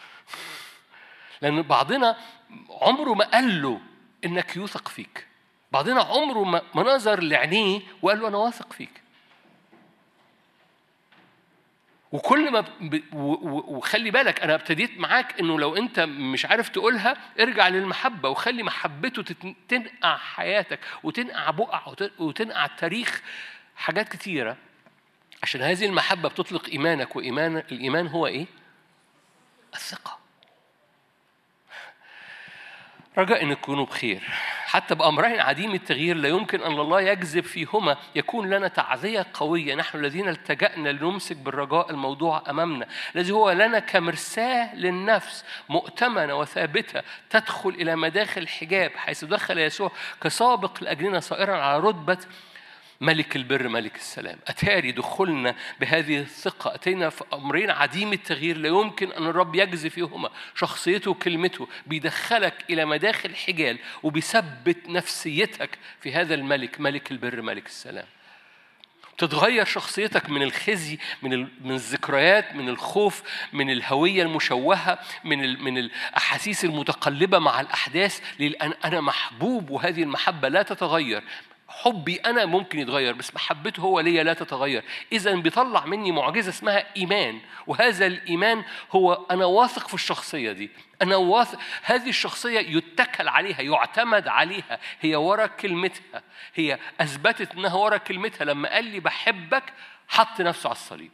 لأن بعضنا عمره ما قال له إنك يوثق فيك، بعضنا عمره ما نظر لعينيه وقال له أنا واثق فيك. وكل ما وخلي بالك، أنا ابتديت معاك إنه لو أنت مش عارف تقولها ارجع للمحبة وخلي محبته تنقع حياتك وتنقع بقع وتنقع تاريخ حاجات كتيرة، عشان هذه المحبة بتطلق إيمانك. الإيمان هو إيه؟ الثقة. رجاء أن تكونوا بخير. حتى بأمرين عديم التغيير لا يمكن أن الله يكذب فيهما يكون لنا تعزية قوية، نحن الذين التجأنا لنمسك بالرجاء الموضوع أمامنا، الذي هو لنا كمرساة للنفس مؤتمنة وثابتة تدخل إلى مداخل الحجاب، حيث دخل يسوع كسابق لأجلنا صائرا على رتبة ملك البر ملك السلام. أتاري دخولنا بهذه الثقة، أتينا في أمرين عديم التغيير لا يمكن أن الرب يجزي فيهما: شخصيته وكلمته. بيدخلك إلى مداخل حجال وبيثبت نفسيتك في هذا الملك ملك البر ملك السلام. تتغير شخصيتك من الخزي، من الذكريات، من الخوف، من الهوية المشوهة، من الأحاسيس المتقلبة مع الأحداث، لأن أنا محبوب وهذه المحبة لا تتغير. حبي أنا ممكن يتغير بس محبته هو ليا لا تتغير. إذن بيطلع مني معجزة اسمها إيمان، وهذا الإيمان هو أنا واثق في الشخصية دي، أنا واثق هذه الشخصية يتكل عليها، يعتمد عليها، هي ورا كلمتها، هي أثبتت أنها ورا كلمتها. لما قال لي بحبك حط نفسه على الصليب.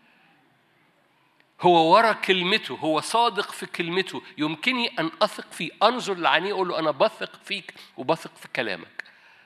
هو ورا كلمته، هو صادق في كلمته. يمكنني أن أثق فيه، أنظر لعينيه أقول له أنا بثق فيك وبثق في كلامك.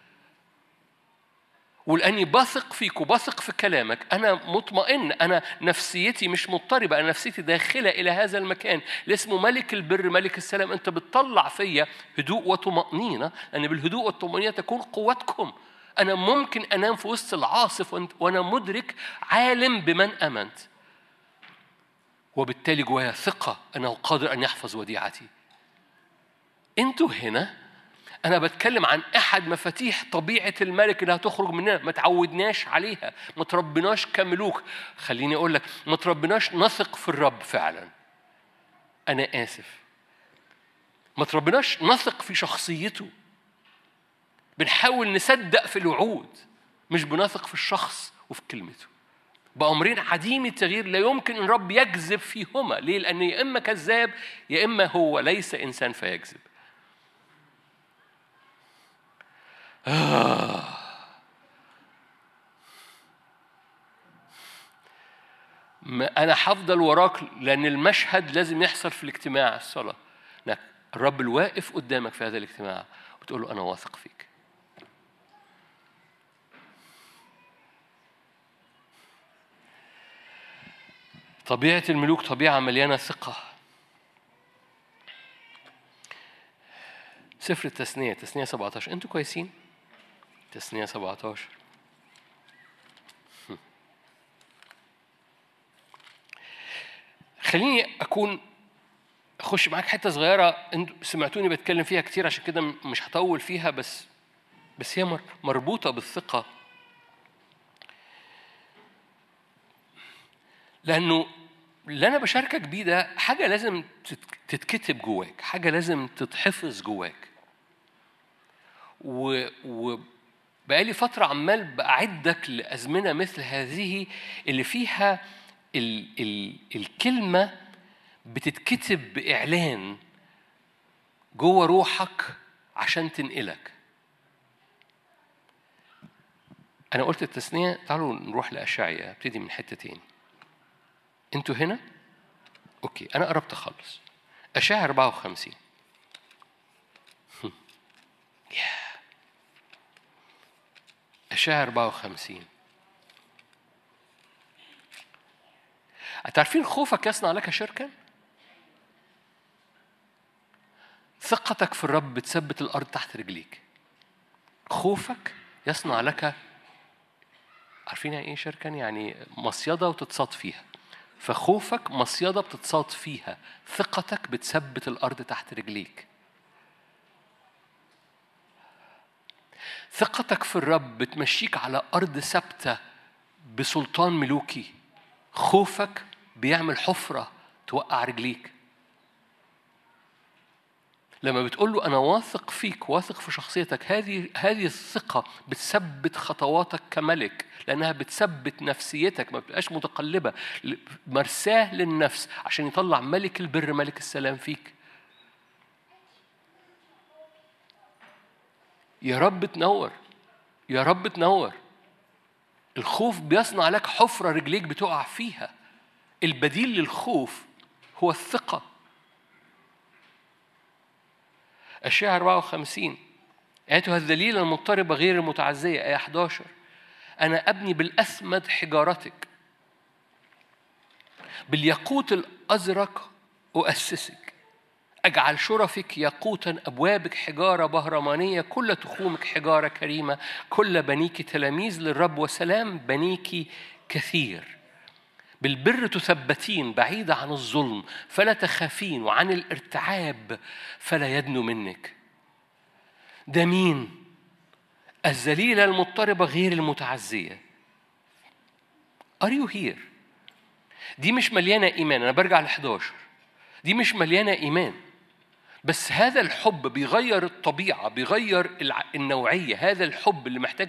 ولأني بثق فيك وبثق في كلامك أنا مطمئن، أنا نفسيتي مش مضطربة، أنا نفسيتي داخلة إلى هذا المكان اللي اسمه ملك البر ملك السلام. أنت بتطلع فيا هدوء وطمأنينة، لأن بالهدوء والطمأنينة تكون قوتكم. أنا ممكن أنام في وسط العاصف وأنا مدرك عالم بمن أمنت، وبالتالي جوايا ثقة أنه قادر أن يحفظ وديعتي. أنتوا هنا أنا بتكلم عن أحد مفاتيح طبيعة الملك اللي هتخرج مننا، ما تعودناش عليها، ما تربناش كملوك. خليني أقول لك، ما تربناش نثق في الرب فعلا. أنا آسف، ما تربناش نثق في شخصيته. بنحاول نصدق في الوعود، مش بنثق في الشخص وفي كلمته. بأمرين عديم التغيير لا يمكن أن الرب يكذب فيهما. ليه؟ لأن يا إما كذاب يا إما هو ليس إنسان فيكذب. أنا هفضل وراك، لأن المشهد لازم يحصل في الاجتماع الصلاة. الرب الواقف قدامك في هذا الاجتماع وتقول له أنا واثق فيك. طبيعة الملوك طبيعة مليانة ثقة. سفر التثنية، تثنية 17. أنتوا كويسين؟ تثنية 17. خليني أخش معاك حتة صغيرة أنتوا سمعتوني بتكلم فيها كتير، عشان كده مش هطول فيها، بس هي مربوطة بالثقة. لأنه اللي أنا بشاركك بيه ده حاجة لازم تتكتب جواك، حاجة لازم تتحفظ جواك. وبقالي فترة عمال بأعدك لأزمنة مثل هذه اللي فيها الكلمة بتتكتب بإعلان جوه روحك عشان تنقلك. أنا قلت التثنية، تعالوا نروح لأشعيا، ابتدي من حتة تاني. أنتوا هنا؟ أوكي، أنا قربت أخلص. أشعيا 54. أشعيا 54. أتعرفين خوفك يصنع لك شركا؟ ثقتك في الرب بتثبت الأرض تحت رجليك. خوفك يصنع لك، عارفين يعني إيه شركا؟ يعني مصيدة وتتصاد فيها. فخوفك مصيدة بتتصاد فيها، ثقتك بتثبت الأرض تحت رجليك. ثقتك في الرب بتمشيك على أرض ثابتة بسلطان ملوكي. خوفك بيعمل حفرة توقع رجليك. لما بتقول له أنا واثق فيك، واثق في شخصيتك، هذه الثقة بتثبت خطواتك كملك، لأنها بتثبت نفسيتك، ما بتبقاش متقلبة، مرساه للنفس عشان يطلع ملك البر ملك السلام فيك. يا رب تنور، يا رب تنور. الخوف بيصنع لك حفرة رجليك بتقع فيها. البديل للخوف هو الثقة. أشعياء 54 آياتها الذليلة المضطربة غير المتعزية. آية 11 أنا أبني بالأثمد حجارتك، بالياقوت الأزرق أؤسسك، أجعل شرفك ياقوتا، أبوابك حجارة بهرمانية، كل تخومك حجارة كريمة، كل بنيك تلاميذ للرب، وسلام بنيك كثير. بالبر تثبتين، بعيدة عن الظلم فلا تخافين، وعن الارتعاب فلا يدنو منك. ده مين؟ الذليلة المضطربة غير المتعزية. Are you here؟ دي مش مليانة إيمان. أنا برجع ل11. دي مش مليانة إيمان، بس هذا الحب بيغير الطبيعة، بيغير النوعية. هذا الحب اللي محتاج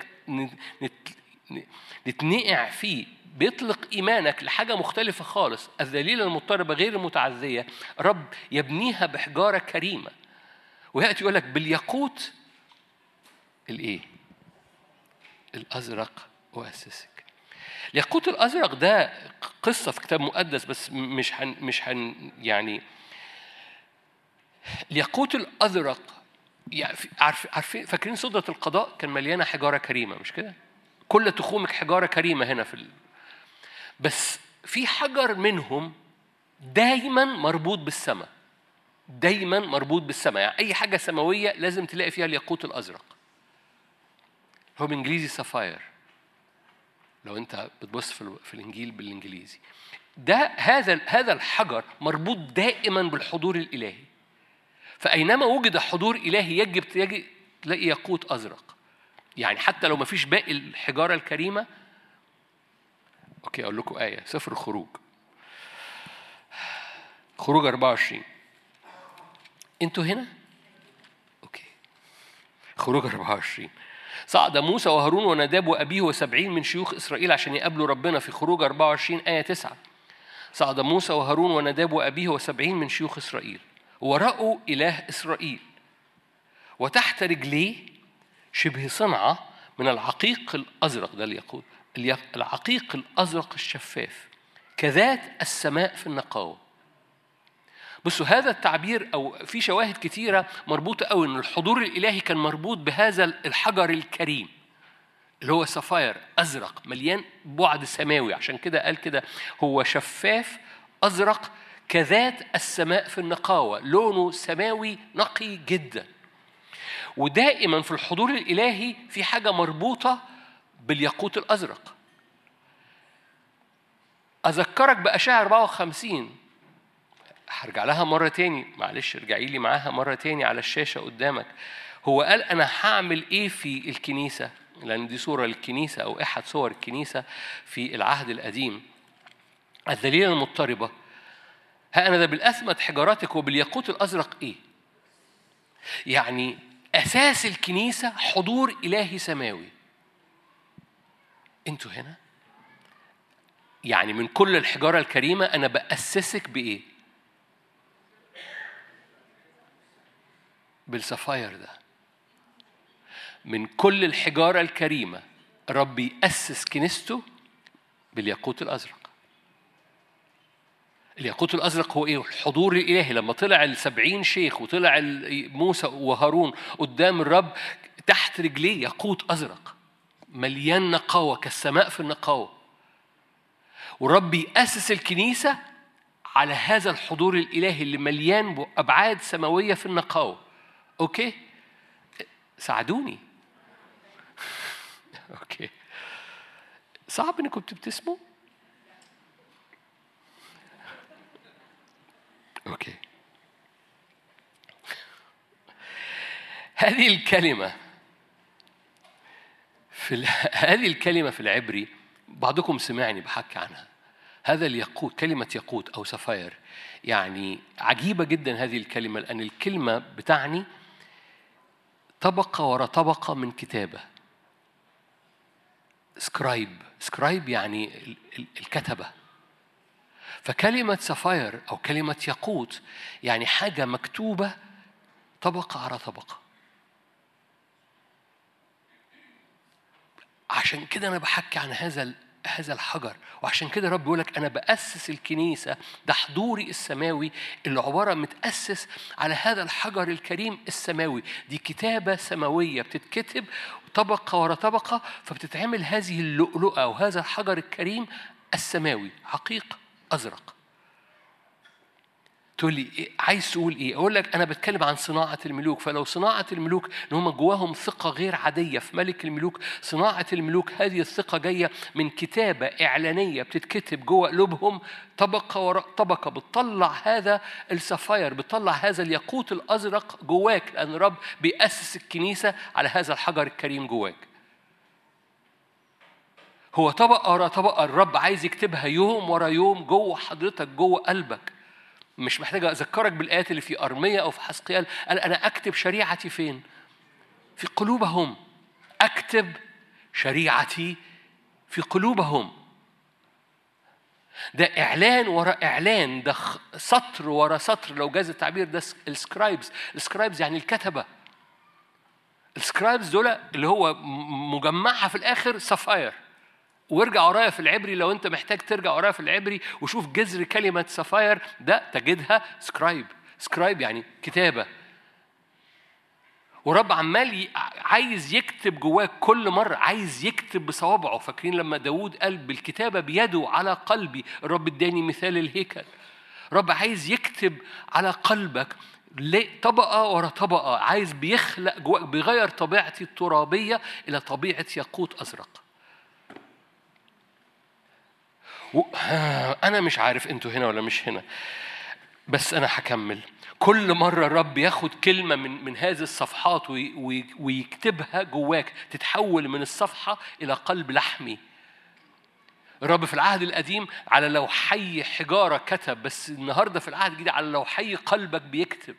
نتنقع فيه بيطلق إيمانك لحاجة مختلفة خالص. الذليلة المضطربة غير المتعزية رب يبنيها بحجارة كريمة، ويأتي يقول لك بالياقوت الإيه؟ الأزرق أؤسسك. الياقوت الأزرق ده قصة في كتاب مقدس، بس مش يعني الياقوت الأزرق يعني عارفين فاكرين سدرة القضاء كان مليانة حجارة كريمة، مش كده؟ كل تخومك حجارة كريمة هنا بس في حجر منهم دايما مربوط بالسماء، دايما مربوط بالسماء. يعني أي حاجة سماوية لازم تلاقي فيها الياقوت الأزرق. هو بالإنجليزي سفاير، لو أنت بتبص في الإنجيل بالإنجليزي. ده هذا الحجر مربوط دائما بالحضور الإلهي. فأينما وجد حضور إلهي يجب تلاقي ياقوت أزرق. يعني حتى لو ما فيش باقي الحجارة الكريمة. أوكي، أقول لكم آية، سفر الخروج، خروج 24. أنتوا هنا؟ أوكي، خروج 24. صعد موسى وهارون وناداب وأبيه و70 من شيوخ إسرائيل عشان يقابلوا ربنا. في خروج 24 آية 9. صعد موسى وهارون وناداب وأبيه و70 من شيوخ إسرائيل ورأوا إله إسرائيل، وتحت رجليه شبه صنعة من العقيق الأزرق. ده الياقوت، العقيق الأزرق الشفاف كذات السماء في النقاوة. بصوا هذا التعبير، أو في شواهد كتيرة مربوطة أوي إن الحضور الإلهي كان مربوط بهذا الحجر الكريم اللي هو سفاير أزرق مليان بعد سماوي. عشان كده قال كده هو شفاف أزرق كذات السماء في النقاوة، لونه سماوي نقي جدا. ودائما في الحضور الإلهي في حاجة مربوطة بالياقوت الأزرق. أذكرك بأشعياء 54 هرجع لها مرة تاني، معلش ارجعي لي معاها مرة تاني على الشاشة قدامك. هو قال أنا هعمل إيه في الكنيسة؟ لأن دي صورة للكنيسة أو أحد صور الكنيسة في العهد القديم. الذليلة المضطربة، ها أنا ذا بالأثمت حجاراتك وبالياقوت الأزرق. إيه؟ يعني أساس الكنيسة حضور إلهي سماوي. أنتوا هنا؟ يعني من كل الحجارة الكريمة أنا بأسسك بإيه؟ بالسفاير ده. من كل الحجارة الكريمة ربي يأسس كنيسته بالياقوت الأزرق. الياقوت الأزرق هو إيه؟ الحضور الإلهي. لما طلع 70 شيخ وطلع موسى وهارون قدام الرب، تحت رجليه ياقوت أزرق مليان نقاوة كالسماء في النقاوة. ورب يأسس الكنيسة على هذا الحضور الإلهي اللي مليان بأبعاد سماوية في النقاوة. أوكي؟ ساعدوني. أوكي. صعب إنكم بتبتسموا؟ أوكي. هذه الكلمة في العبري بعضكم سمعني بحكي عنها. هذا الياقوت، كلمة ياقوت أو سفاير، يعني عجيبة جدا هذه الكلمة، لأن الكلمة بتعني طبقة وراء طبقة من كتابة. سكرايب يعني الكتبة. فكلمة سفاير أو كلمة ياقوت يعني حاجة مكتوبة طبقة على طبقة. عشان كده أنا بحكي عن هذا الحجر، وعشان كده رب يقولك أنا بأسس الكنيسة، ده حضوري السماوي اللي عبارة متأسس على هذا الحجر الكريم السماوي. دي كتابة سماوية بتتكتب طبقة ورا طبقة، فبتتعمل هذه اللؤلؤة أو هذا الحجر الكريم السماوي حقيقة أزرق. تقول لي إيه؟ عايز تقول إيه؟ أقول لك أنا بتكلم عن صناعة الملوك. فلو صناعة الملوك إن هم جواهم ثقة غير عادية في ملك الملوك، صناعة الملوك هذه الثقة جاية من كتابة إعلانية بتتكتب جوا قلوبهم طبقة وراء طبقة، بتطلع هذا السفاير، بتطلع هذا الياقوت الأزرق جواك، لأن الرب بيأسس الكنيسة على هذا الحجر الكريم جواك. هو طبقة وراء طبقة الرب عايز يكتبها يوم ورا يوم جوا حضرتك، جوا قلبك. مش محتاج أذكرك بالآيات اللي في أرمية أو في حزقيال. قال أنا أكتب شريعتي فين؟ في قلوبهم. أكتب شريعتي في قلوبهم. ده إعلان وراء إعلان، ده سطر وراء سطر لو جاز التعبير. ده السكرايبز يعني الكتبة. السكرايبز دول اللي هو مجمعها في الآخر سفاير. وارجع ورايا في العبري لو انت محتاج ترجع ورايا في العبري وشوف جذر كلمة سفاير ده تجدها سكرايب يعني كتابة. ورب عمال عايز يكتب جواك كل مرة، عايز يكتب بصوابعه. فاكرين لما داود قال بالكتابة بيده على قلبي؟ الرب اداني مثال الهيكل. رب عايز يكتب على قلبك طبقة ورا طبقة، عايز بيخلق جواك، بيغير طبيعتي الترابية إلى طبيعة ياقوت أزرق. أنا مش عارف أنتوا هنا ولا مش هنا، بس أنا هكمل. كل مرة الرب ياخد كلمة من هذه الصفحات ويكتبها جواك، تتحول من الصفحة إلى قلب لحمي. الرب في العهد القديم على لوحي حجارة كتب، بس النهاردة في العهد الجديد على لوحي قلبك بيكتب.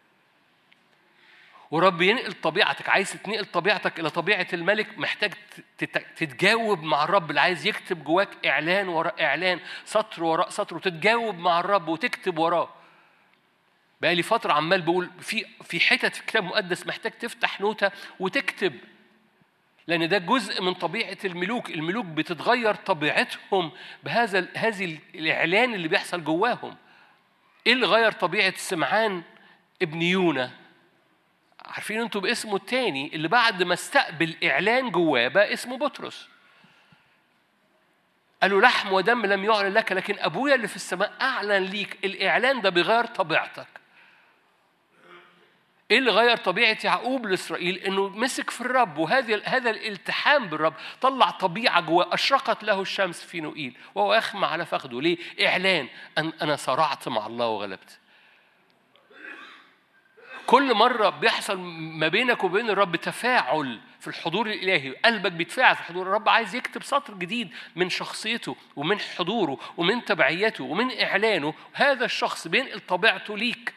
ورب ينقل طبيعتك. عايز تنقل طبيعتك إلى طبيعة الملك، محتاج تتجاوب مع الرب اللي عايز يكتب جواك إعلان وراء إعلان، سطر وراء سطر، وتتجاوب مع الرب وتكتب وراه. بقى لي فترة عمال بقول في حتت في الكتاب المقدس محتاج تفتح نوتة وتكتب، لأن ده جزء من طبيعة الملوك. الملوك بتتغير طبيعتهم هذه الإعلان اللي بيحصل جواهم. إيه اللي غير طبيعة سمعان ابن يونا؟ عارفين أنتوا باسمه التاني اللي بعد ما استقبل إعلان جواه بقى اسمه بطرس. قالوا لحم ودم لم يعلن لك، لكن أبويا اللي في السماء أعلن ليك. الإعلان ده بيغير طبيعتك. إيه اللي غير طبيعة يعقوب لإسرائيل؟ إنه مسك في الرب، هذا الالتحام بالرب طلع طبيعة جواه. أشرقت له الشمس في نوئيل وهو يخمع على فخده. ليه؟ إعلان أنا صرعت مع الله وغلبت. كل مرة بيحصل ما بينك وبين الرب تفاعل في الحضور الإلهي، قلبك بيتفاعل في الحضور. الرب عايز يكتب سطر جديد من شخصيته ومن حضوره ومن تبعيته ومن إعلانه. هذا الشخص بينقل طبيعته ليك،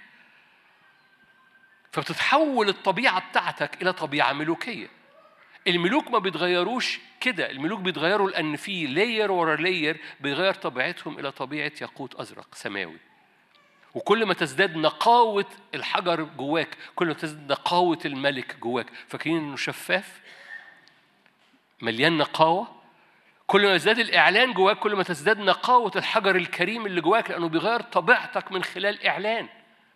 فبتتحول الطبيعة بتاعتك إلى طبيعة ملوكية. الملوك ما بيتغيروش كده، الملوك بيتغيروا لأن في لاير ورا لاير بيغير طبيعتهم إلى طبيعة ياقوت أزرق سماوي. وكل ما تزداد نقاوة الحجر جواك، كل ما تزداد نقاوة الملك جواك. فاكرين إنه شفاف مليان نقاوة؟ كل ما يزداد الإعلان جواك كل ما تزداد نقاوة الحجر الكريم اللي جواك، لأنه بيغير طبيعتك من خلال إعلان.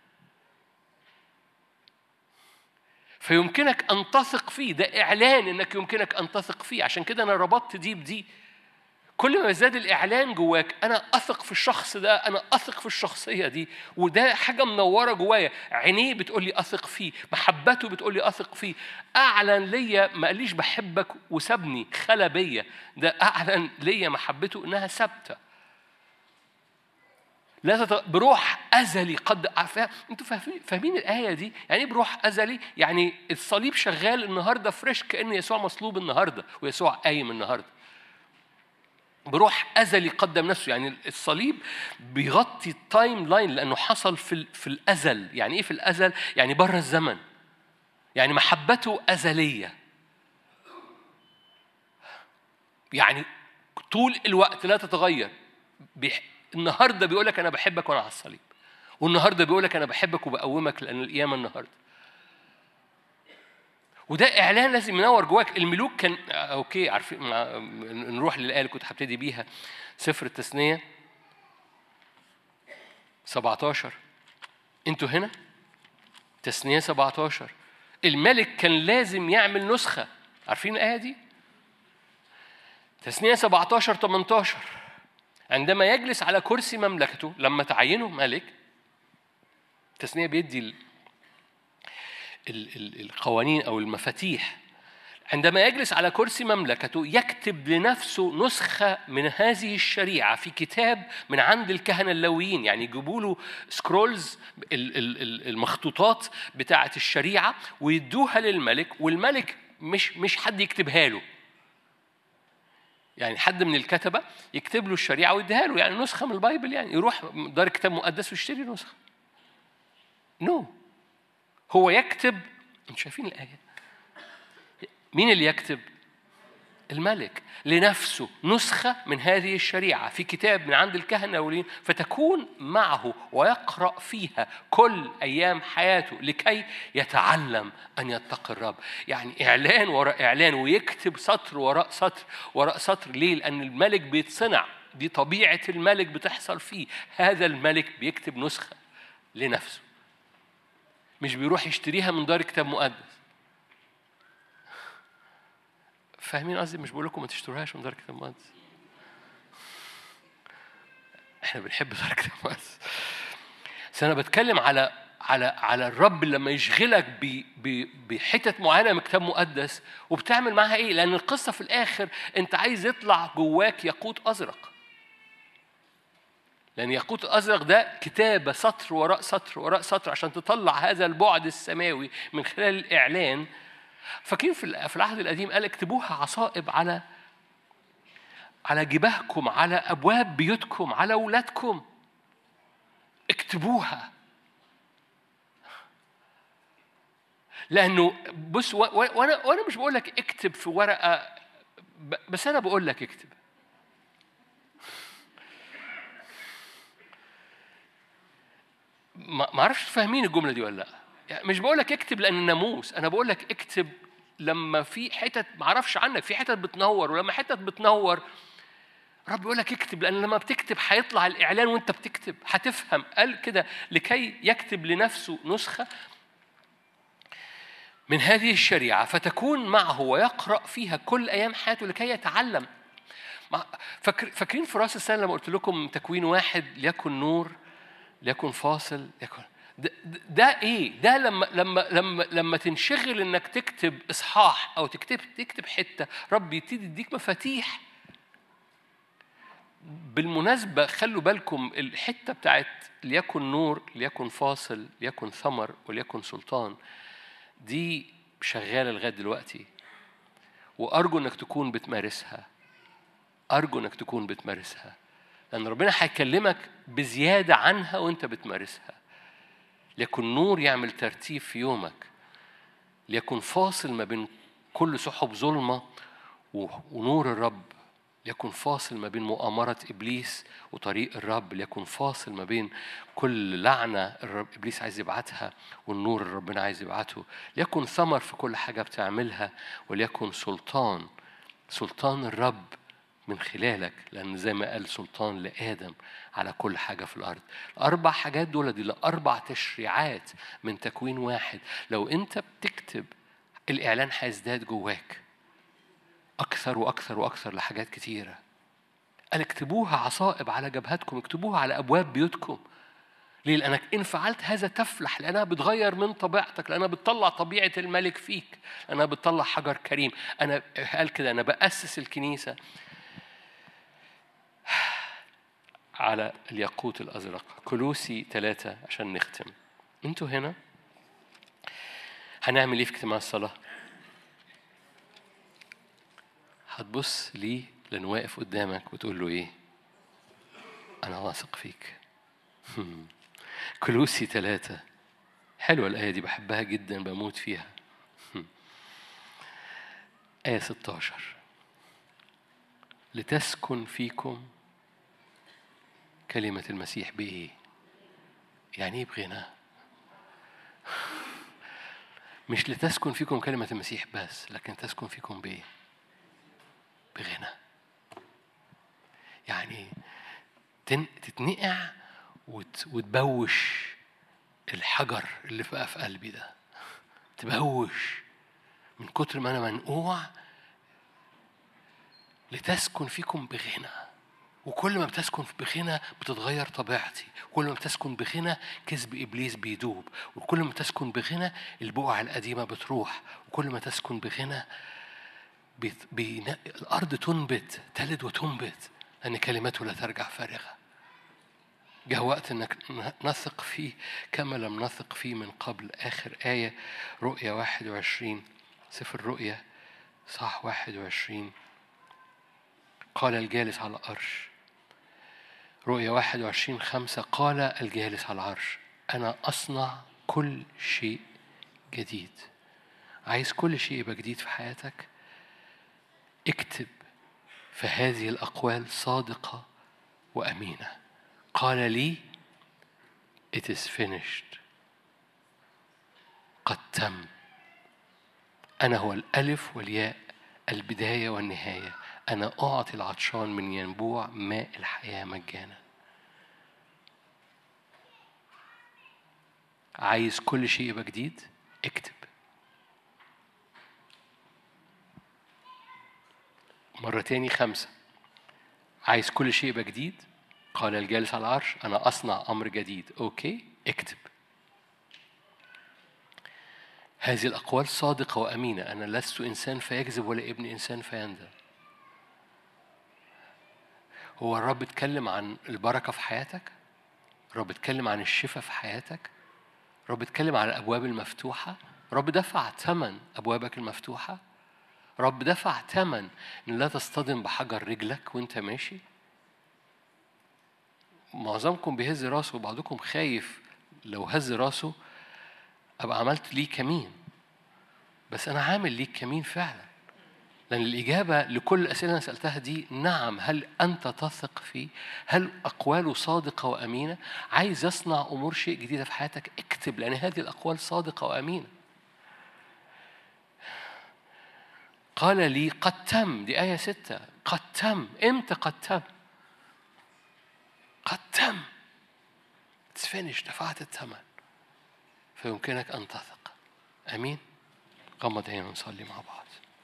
فيمكنك أن تثق فيه، ده إعلان إنك يمكنك أن تثق فيه. عشان كده أنا ربطت دي بدي. كل ما يزداد الإعلان جواك، أنا أثق في الشخص ده، أنا أثق في الشخصية دي، وده حاجة منورة جوايا. عينيه بتقول لي أثق فيه، محبته بتقول لي أثق فيه. أعلن ليا، ما قاليش بحبك وسابني خلى بيا، ده أعلن ليا محبته إنها ثابتة. لا بروح أزلي قد أنتوا فاهمين الآية دي؟ يعني بروح أزلي، يعني الصليب شغال النهاردة فريش، كأن يسوع مصلوب النهاردة ويسوع قايم النهاردة. بروح أزلي قدم نفسه، يعني الصليب بيغطي التايم لاين لأنه حصل في الأزل. يعني إيه في الأزل؟ يعني بره الزمن، يعني محبته أزلية، يعني طول الوقت لا تتغير. النهاردة بيقولك أنا بحبك وأنا على الصليب، والنهاردة بيقولك أنا بحبك وبقومك لأن القيامة النهاردة. وده إعلان لازم ينور جواك. الملوك كان أوكي عارفين، نروح للآية اللي كنت هبتدي بيها، سفر التثنية 17. أنتوا هنا تثنية 17. الملك كان لازم يعمل نسخة. عارفين الآية دي؟ تثنية 17 18. عندما يجلس على كرسي مملكته، لما تعينه ملك، تثنية بيدي القوانين أو المفاتيح. عندما يجلس على كرسي مملكته يكتب لنفسه نسخة من هذه الشريعة في كتاب من عند الكهنة اللاويين. يعني يجيبوا له سكرولز، المخطوطات بتاعة الشريعة، ويدوها للملك. والملك مش حد يكتبها له، يعني حد من الكتبة يكتب له الشريعة ويديها له، يعني نسخة من البايبل. يعني يروح دار كتاب مقدس ويشتري نسخة. هو يكتب. انتوا شايفين الآية؟ مين اللي يكتب؟ الملك لنفسه نسخة من هذه الشريعة في كتاب من عند الكهنة اللاويين، فتكون معه ويقرأ فيها كل أيام حياته لكي يتعلم أن يتقي الرب. يعني إعلان وراء إعلان، ويكتب سطر وراء سطر وراء سطر. ليه؟ لأن الملك بيتصنع، دي طبيعة الملك بتحصل فيه. هذا الملك بيكتب نسخة لنفسه، مش بيروح يشتريها من دار كتاب مقدس. فاهمين قصدي؟ مش بقول لكم ما تشتروهاش من دار كتاب مقدس، احنا بنحب دار كتاب مقدس، بس انا بتكلم على الرب لما يشغلك بحتت معينه من كتاب مقدس وبتعمل معها ايه. لان القصه في الاخر انت عايز يطلع جواك ياقوت ازرق، لأن ياقوت الأزرق ده كتابة سطر وراء سطر وراء سطر عشان تطلع هذا البعد السماوي من خلال الإعلان. فاكرين في العهد القديم قال اكتبوها عصائب على جباهكم، على أبواب بيوتكم، على أولادكم. اكتبوها، لأنه بص، وأنا مش بقول لك اكتب في ورقة، بس أنا بقول لك اكتب. ما اعرفش فاهمين الجمله دي ولا لا. يعني مش بقول لك اكتب لان الناموس، انا بقول لك اكتب لما في حتت ما اعرفش عنك، في حتت بتنور، ولما حتت بتنور رب يقول لك اكتب، لان لما بتكتب هيطلع الاعلان وانت بتكتب هتفهم. قال كده لكي يكتب لنفسه نسخه من هذه الشريعه فتكون معه ويقرأ فيها كل ايام حياته لكي يتعلم. فاكرين في راس السنه لما قلت لكم تكوين 1 ليكن نور ليكن فاصل يكن ده ايه؟ ده لما تنشغل انك تكتب اصحاح او تكتب حته، رب يبتدي يديك مفاتيح. بالمناسبة خلوا بالكم الحتة بتاعت ليكن نور، ليكن فاصل، ليكن ثمر، وليكن سلطان، دي شغالة لغاية دلوقتي، وأرجو إنك تكون بتمارسها. أرجو إنك تكون بتمارسها، لأن ربنا هيكلمك بزيادة عنها وإنت بتمارسها. ليكن نور يعمل ترتيب في يومك، ليكن فاصل ما بين كل سحب ظلمة ونور الرب، ليكن فاصل ما بين مؤامرة إبليس وطريق الرب، ليكن فاصل ما بين كل لعنة الرب إبليس عايز يبعتها والنور اللي ربنا عايز يبعته، ليكن ثمر في كل حاجة بتعملها، وليكن سلطان الرب من خلالك، لأن زي ما قال سلطان لآدم على كل حاجة في الأرض. الأربع حاجات دول دي لأربع تشريعات من تكوين واحد. لو أنت بتكتب الإعلان هيزداد جواك أكثر وأكثر وأكثر لحاجات كتيرة. قال اكتبوها عصائب على جبهتكم، اكتبوها على أبواب بيوتكم. ليه؟ لأنك إن فعلت هذا تفلح، لأنها بتغير من طبيعتك، لأنها بتطلع طبيعة الملك فيك، لأنها بتطلع حجر كريم. أنا قال كده، أنا بأسس الكنيسة على الياقوت الأزرق. كولوسي 3 عشان نختم. أنتوا هنا هنعمل إيه في اجتماع الصلاة؟ هتبص ليه لأنه واقف قدامك وتقول له إيه؟ أنا واثق فيك. كولوسي 3 حلوة الآية دي، بحبها جدا، بموت فيها. آية 16 لتسكن فيكم كلمة المسيح بإيه؟ يعني إيه بغنى؟ مش لتسكن فيكم كلمة المسيح بس، لكن تسكن فيكم بإيه؟ بغنى. يعني تتنقع وتبوش الحجر اللي بقى في قلبي ده، تبوش من كتر ما أنا منقوع. لتسكن فيكم بغنى، وكل ما بتسكن بغنى بتتغير طبيعتي، كل ما بتسكن بغنى كذب إبليس بيدوب، وكل ما تسكن بغنى البقع القديمة بتروح، وكل ما تسكن بغنى الأرض تنبت، تلد وتنبت، لأن كلمته لا ترجع فارغة. جاء وقت أنك نثق فيه كما لم نثق فيه من قبل. آخر آية رؤية 21، سفر رؤية صح 21. قال الجالس على العرش، رؤية 21:5، قال الجالس على العرش أنا أصنع كل شيء جديد. عايز كل شيء يبقى جديد في حياتك؟ اكتب فهذه الأقوال صادقة وأمينة. قال لي it is finished، قد تم. أنا هو الألف والياء، البداية والنهاية. أنا أعطي العطشان من ينبوع ماء الحياة مجانا. عايز كل شيء يبقى جديد؟ اكتب. مرة تاني 5. عايز كل شيء يبقى جديد؟ قال الجالس على العرش أنا أصنع أمر جديد. أوكي، اكتب. هذه الأقوال صادقة وأمينة. أنا لست إنسان فيكذب ولا ابن إنسان فيندم. هو الرب اتكلم عن البركة في حياتك، الرب اتكلم عن الشفاء في حياتك، الرب اتكلم عن الأبواب المفتوحة، الرب دفع ثمن أبوابك المفتوحة، الرب دفع ثمن إن لا تصطدم بحجر رجلك وانت ماشي. معظمكم بيهز راسه وبعضكم خايف لو هز راسه أبقى عملت ليه كمين، بس أنا عامل ليك كمين فعلا، لأن الإجابة لكل الأسئلة أنا سألتها دي نعم. هل أنت تثق فيه؟ هل أقواله صادقة وأمينة؟ عايز يصنع أمور شيء جديدة في حياتك؟ اكتب، لأن هذه الأقوال صادقة وأمينة. قال لي قد تم، دي آية 6. قد تم. إمتى قد تم؟ قد تم. It's finished. دفعت الثمن، فيمكنك أن تثق. أمين. غمض عيننا ونصلي مع بعض.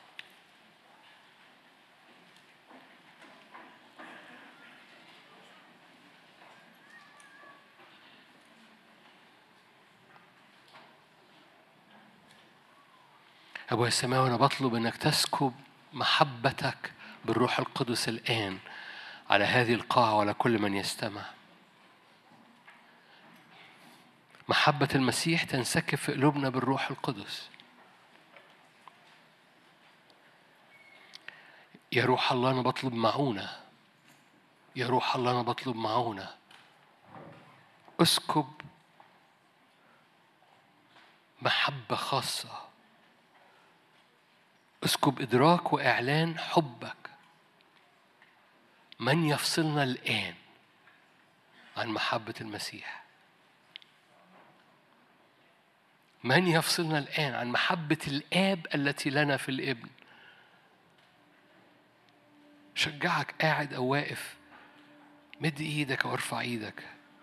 أبويا السماوي، أنا بطلب أنك تسكب محبتك بالروح القدس الآن على هذه القاعة وعلى كل من يستمع. محبة المسيح تنسكب في قلوبنا بالروح القدس. يا روح الله أنا بطلب معونة، يا روح الله أنا بطلب معونة. اسكب محبة خاصة، اسكب إدراك وإعلان حبك. من يفصلنا الآن عن محبة المسيح؟ من يفصلنا الآن عن محبة الآب التي لنا في الابن؟ شجعك قاعد أو واقف، مد إيدك وارفع إيدك.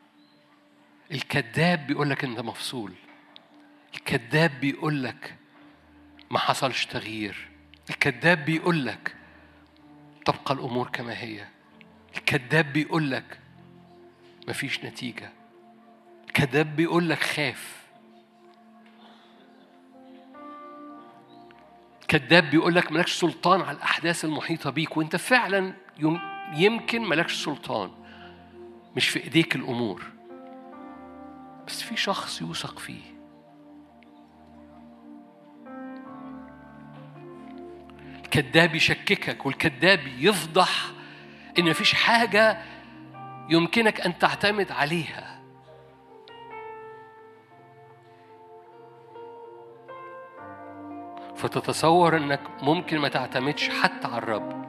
الكذاب بيقولك أنت مفصول، الكذاب بيقولك ما حصلش تغيير، الكذاب بيقولك تبقى الأمور كما هي، الكذاب بيقولك مفيش نتيجة، الكذاب بيقولك خاف، الكذاب بيقولك ملكش سلطان على الأحداث المحيطة بيك، وانت فعلا يمكن ملكش سلطان، مش في إيديك الأمور، بس في شخص يوثق فيه. الكذاب يشككك، والكذاب يفضح إن مفيش حاجة يمكنك أن تعتمد عليها. فتتصور أنك ممكن ما تعتمدش حتى على الرب.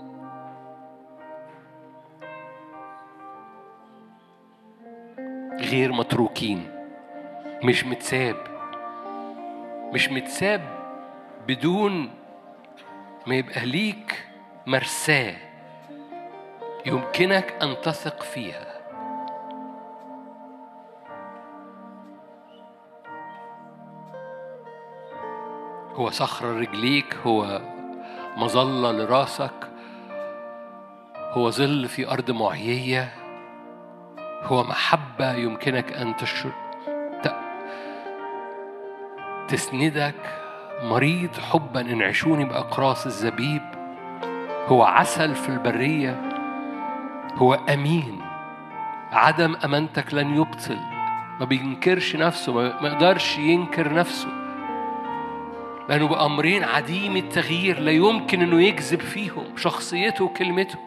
غير متروكين، مش متساب بدون ما يبقى ليك مرساة يمكنك أن تثق فيها. هو صخرة رجليك، هو مظلة لراسك، هو ظل في أرض معيية، هو محبة يمكنك أن تسندك. مريض حبا انعشوني بأقراص الزبيب، هو عسل في البرية، هو أمين. عدم أمانتك لن يبطل، ما بينكرش نفسه، ما يقدرش ينكر نفسه، لأنه بأمرين عديم التغيير لا يمكن أنه يكذب فيهم، شخصيته وكلمته.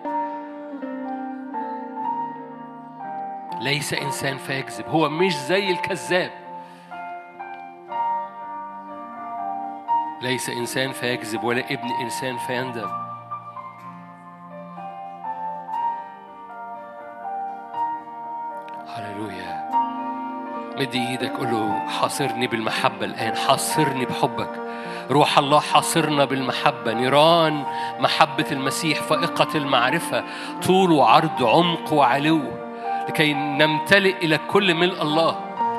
ليس إنسان فيكذب، هو مش زي الكذاب. ليس إنسان فيكذب ولا ابن إنسان فيندم. هللويا. مد ايدك قول له حاصرني بالمحبة الآن، حاصرني بحبك. روح الله حاصرنا بالمحبة، نيران محبة المسيح فائقة المعرفة، طول وعرض عمق وعلو، لكي نمتلئ إلى كل ملء الله.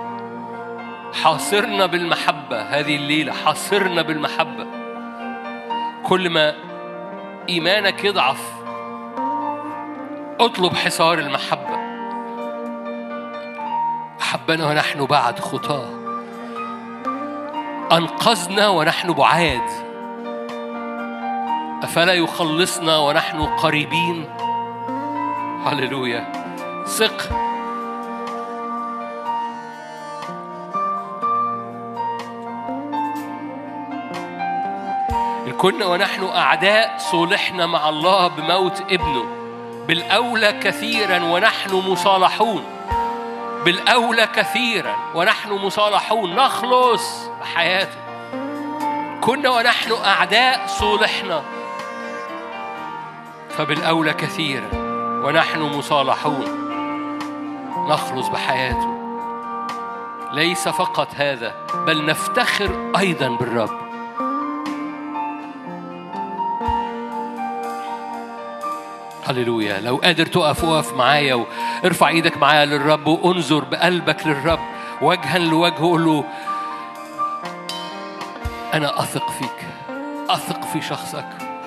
حاصرنا بالمحبة هذه الليلة، حاصرنا بالمحبة. كل ما إيمانك يضعف اطلب حصار المحبة. أحبنا ونحن بعد خطاه، أنقذنا ونحن بعاد، أفلا يخلصنا ونحن قريبين. هللويا. ثق. إن كنا ونحن أعداء صلحنا مع الله بموت ابنه، بالأولى كثيرا ونحن مصالحون، بالأولى كثيرا ونحن مصالحون، نخلص بحياته. كنا ونحن أعداء صلحنا، فبالأولى كثيرا ونحن مصالحون، نخلص بحياته. ليس فقط هذا، بل نفتخر أيضا بالرب. هللويا. لو قادر تقف وقف معايا وارفع ايدك معايا للرب وانظر بقلبك للرب وجها لوجه، قول له أنا أثق فيك، أثق في شخصك،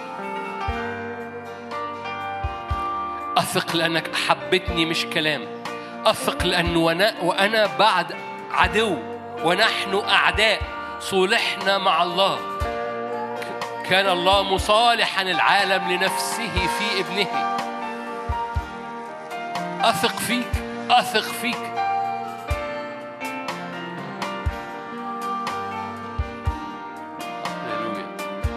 أثق لأنك أحبتني مش كلام، أثق لأنه وأنا بعد عدو ونحن أعداء صلحنا مع الله. كان الله مصالحا العالم لنفسه في ابنه. أثق فيك، أثق فيك. هللويا.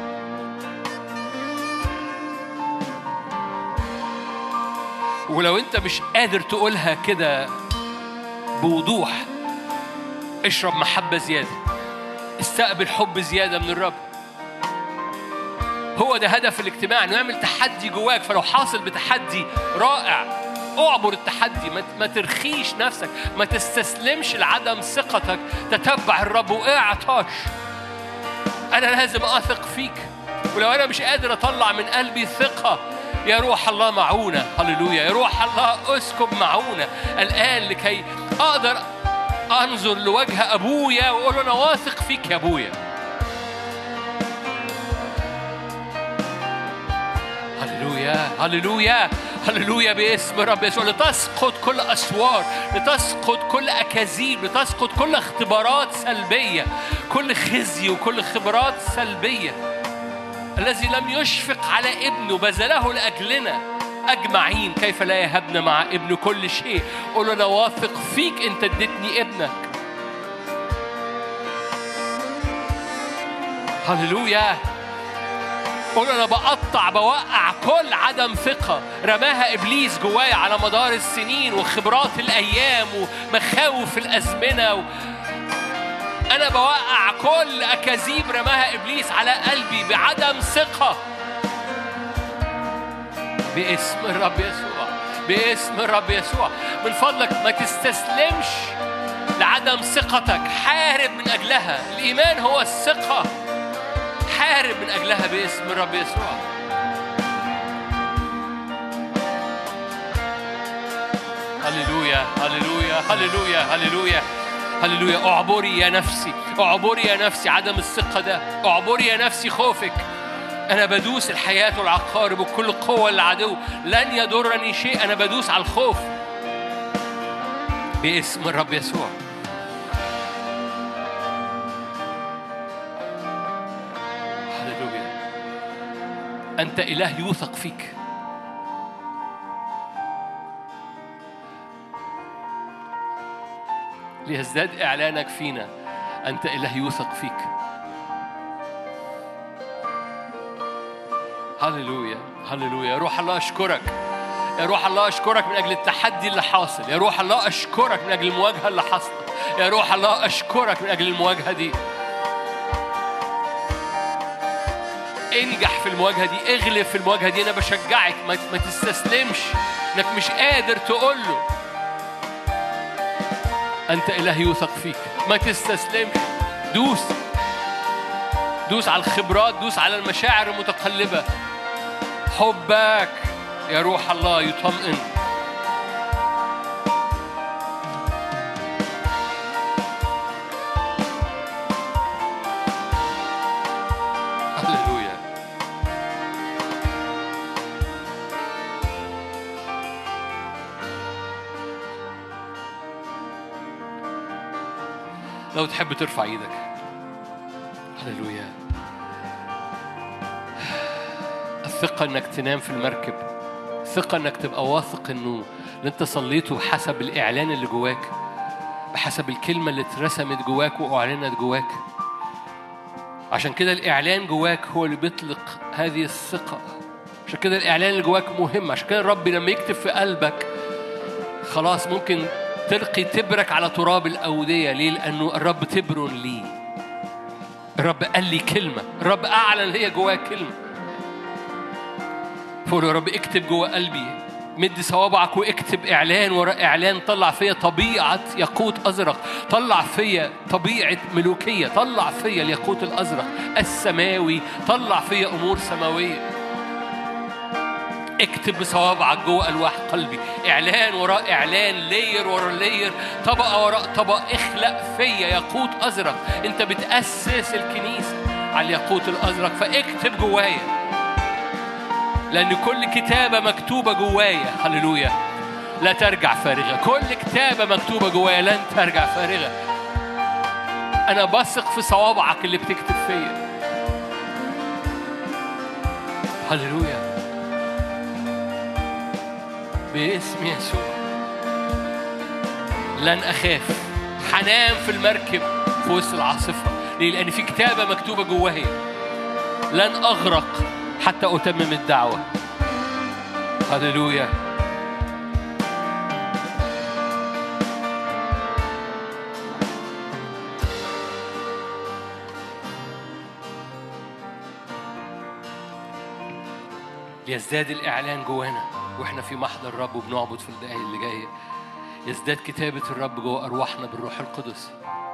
ولو أنت مش قادر تقولها كده بوضوح، اشرب محبة زيادة، استقبل حب زيادة من الرب. هو ده هدف الاجتماع، انه يعمل تحدي جواك. فلو حاصل بتحدي رائع، اعبر التحدي، ما ترخيش نفسك، ما تستسلمش لعدم ثقتك. تتبع الرب واعطاش. انا لازم اثق فيك، ولو انا مش قادر اطلع من قلبي ثقة، يا روح الله معونة. هللويا. يا روح الله اسكب معونة الآن لكي اقدر انظر لوجه ابويا واقول له انا واثق فيك يا ابويا. هللويا هللويا هللويا. باسم الرب يسوع لتسقط كل أسوار، لتسقط كل أكاذيب، لتسقط كل اختبارات سلبية، كل خزي وكل خبرات سلبية. الذي لم يشفق على ابنه بذله لأجلنا أجمعين، كيف لا يهبنا مع ابنه كل شيء. قول أنا واثق فيك، أنت اديتني ابنك. هللويا. قول أنا بقطع بوقع كل عدم ثقة رماها إبليس جوايا على مدار السنين وخبرات الأيام ومخاوف الأزمنة أنا بوقع كل أكاذيب رماها إبليس على قلبي بعدم ثقة. باسم الرب يسوع، باسم الرب يسوع. من فضلك ما تستسلمش لعدم ثقتك، حارب من أجلها. الإيمان هو الثقة، حارب من أجلها باسم الرب يسوع. هللويا هللويا هللويا هللويا هللويا. اعبري يا نفسي، اعبري يا نفسي عدم الثقة ده، اعبري يا نفسي خوفك. أنا بدوس الحياة والعقارب وكل قوة العدو، لن يضرني شيء. أنا بدوس على الخوف باسم الرب يسوع. أنت إله يوثق فيك. ليزداد إعلانك فينا، أنت إله يوثق فيك. هللويا هللويا. يا روح الله أشكرك، يا روح الله أشكرك من أجل التحدي اللي حاصل. يا روح الله أشكرك من أجل المواجهة اللي حاصلة. يا روح الله أشكرك من أجل المواجهة دي. انجح في المواجهة دي، اغلب في المواجهة دي. أنا بشجعك ما تستسلمش إنك مش قادر تقول له أنت إله يوثق فيك. ما تستسلمش، دوس دوس على الخبرات، دوس على المشاعر المتقلبة. حبك يا روح الله يطمئن. لو تحب ترفع ايدك. هللويا. الثقة انك تنام في المركب، ثقة انك تبقى واثق انه اللي انت صليته بحسب الاعلان اللي جواك، بحسب الكلمة اللي اترسمت جواك واعلنت جواك. عشان كده الاعلان جواك هو اللي بيطلق هذه الثقة. عشان كده الاعلان اللي جواك مهم. عشان كده الرب لما يكتب في قلبك خلاص ممكن تلقي تبرك على تراب الأودية. ليه؟ لأنه الرب تبر لي. الرب قال لي كلمة، الرب أعلن هي جوا كلمة. فقول يا رب اكتب جوا قلبي، مد صوابعك واكتب إعلان وراء إعلان. طلع فيا طبيعة ياقوت أزرق، طلع فيا طبيعة ملوكية، طلع فيا الياقوت الأزرق السماوي، طلع فيا أمور سماوية. اكتب بصوابعك جوه ألواح قلبي، إعلان وراء إعلان، لير وراء لير، طبقة وراء طبقة. اخلق فيا ياقوت أزرق. أنت بتأسس الكنيسة على الياقوت الأزرق، فاكتب جوايا، لأن كل كتابة مكتوبة جوايا هللويا لا ترجع فارغة. كل كتابة مكتوبة جوايا لن ترجع فارغة. أنا بثق في صوابعك اللي بتكتب فيا. هللويا باسم يسوع. لن أخاف. حنام في المركب في وسط العاصفة. ليه؟ لأن في كتابة مكتوبة جواهي. لن أغرق حتى أتمم الدعوة. هللويا. يزداد الإعلان جوانا وإحنا في محضر الرب وبنعبد في الدقايق اللي جاية. يزداد كتابة الرب جوا أرواحنا بالروح القدس.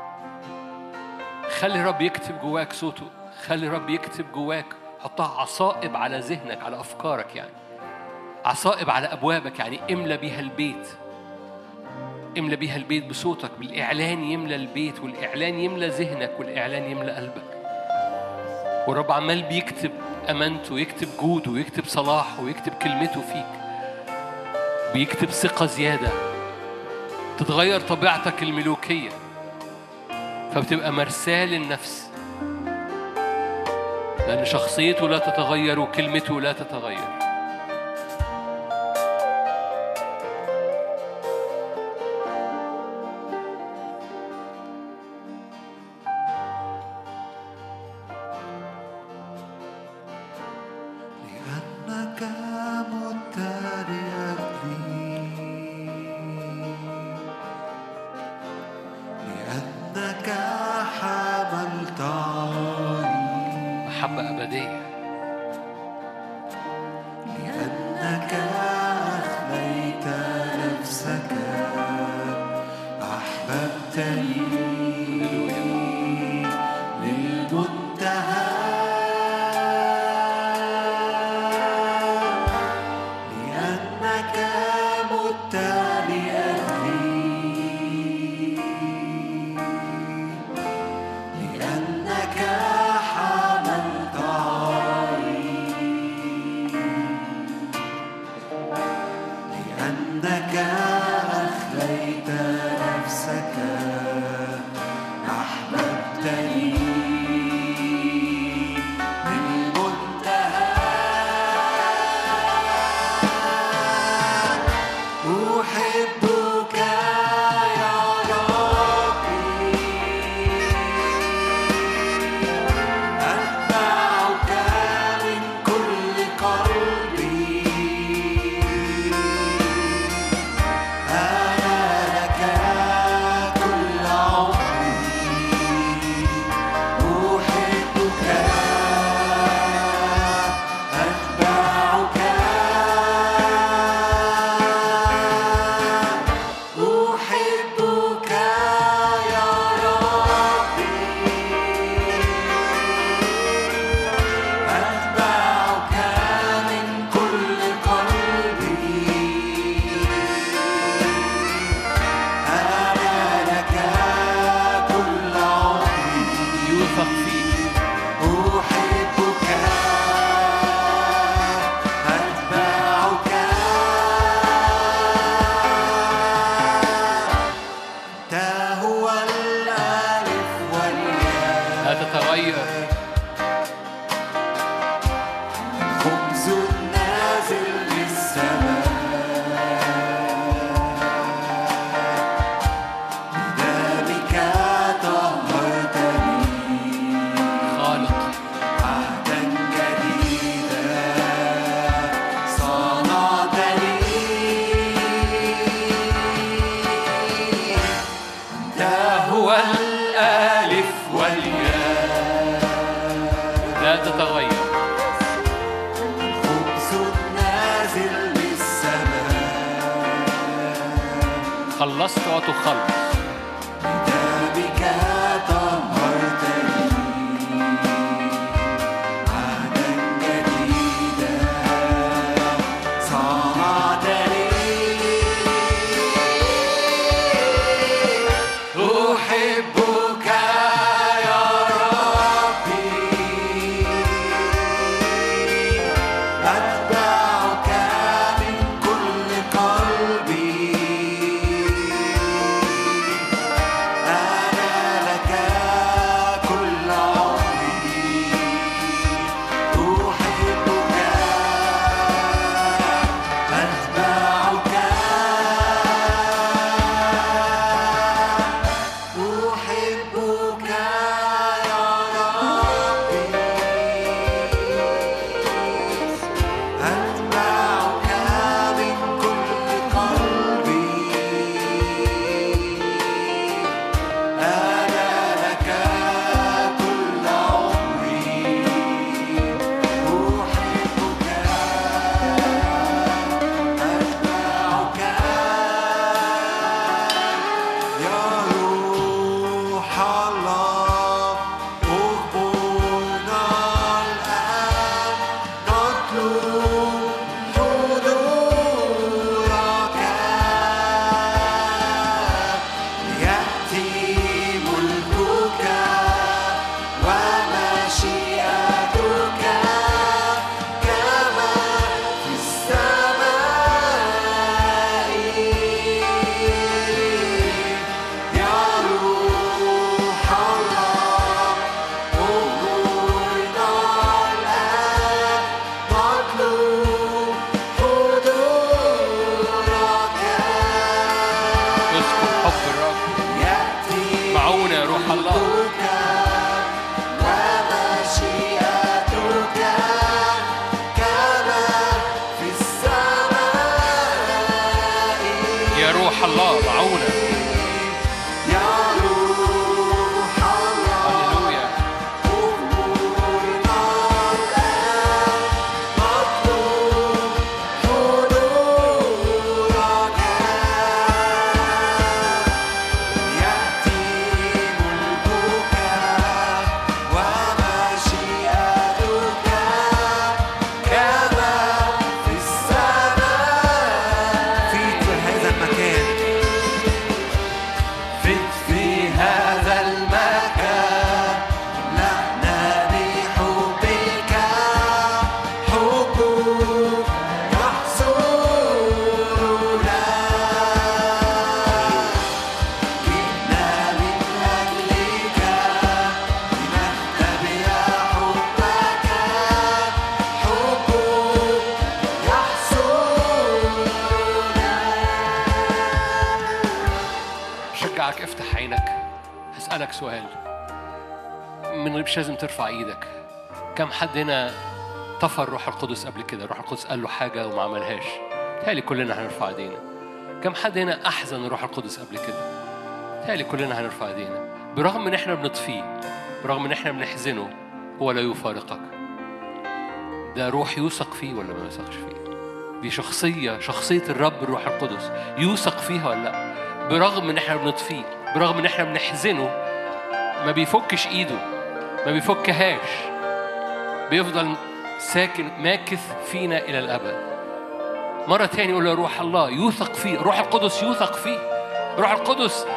خلي الرب يكتب جواك صوته. خلي الرب يكتب جواك. حطها عصائب على ذهنك، على أفكارك، يعني عصائب على أبوابك، يعني املى بيها البيت. املى بيها البيت بصوتك. بالإعلان يملى البيت، والإعلان يملى ذهنك، والإعلان يملى قلبك. والرب عمال بيكتب أمانته، يكتب جوده، ويكتب صلاحه، ويكتب كلمته فيك. بيكتب ثقة زيادة. تتغير طبيعتك الملوكية، فبتبقى مرسال للنفس، لأن شخصيته لا تتغير وكلمته لا تتغير. خلصت وتخلص. أسألك سؤال، مش لازم ترفع إيدك. كم حد هنا طفى الروح القدس قبل كده؟ الروح القدس قال له حاجة وما عملهاش. تهيألي كلنا هنرفع ايدينا. كم حد هنا أحزن الروح القدس قبل كده؟ تهيألي كلنا هنرفع ايدينا. برغم إن إحنا بنطفيه، برغم إن إحنا بنحزنه، هو لا يفارقك. ده روح يوثق فيه ولا ما يوثقش فيه؟ دي شخصية الرب الروح القدس، يوثق فيها ولا لا؟ برغم إن إحنا بنطفيه، برغم إن إحنا بنحزنه، ما بيفكش إيده، ما بيفكهاش، بيفضل ساكن ماكث فينا إلى الأبد. مرة تاني يقول له روح الله يوثق فيه، روح القدس يوثق فيه. روح القدس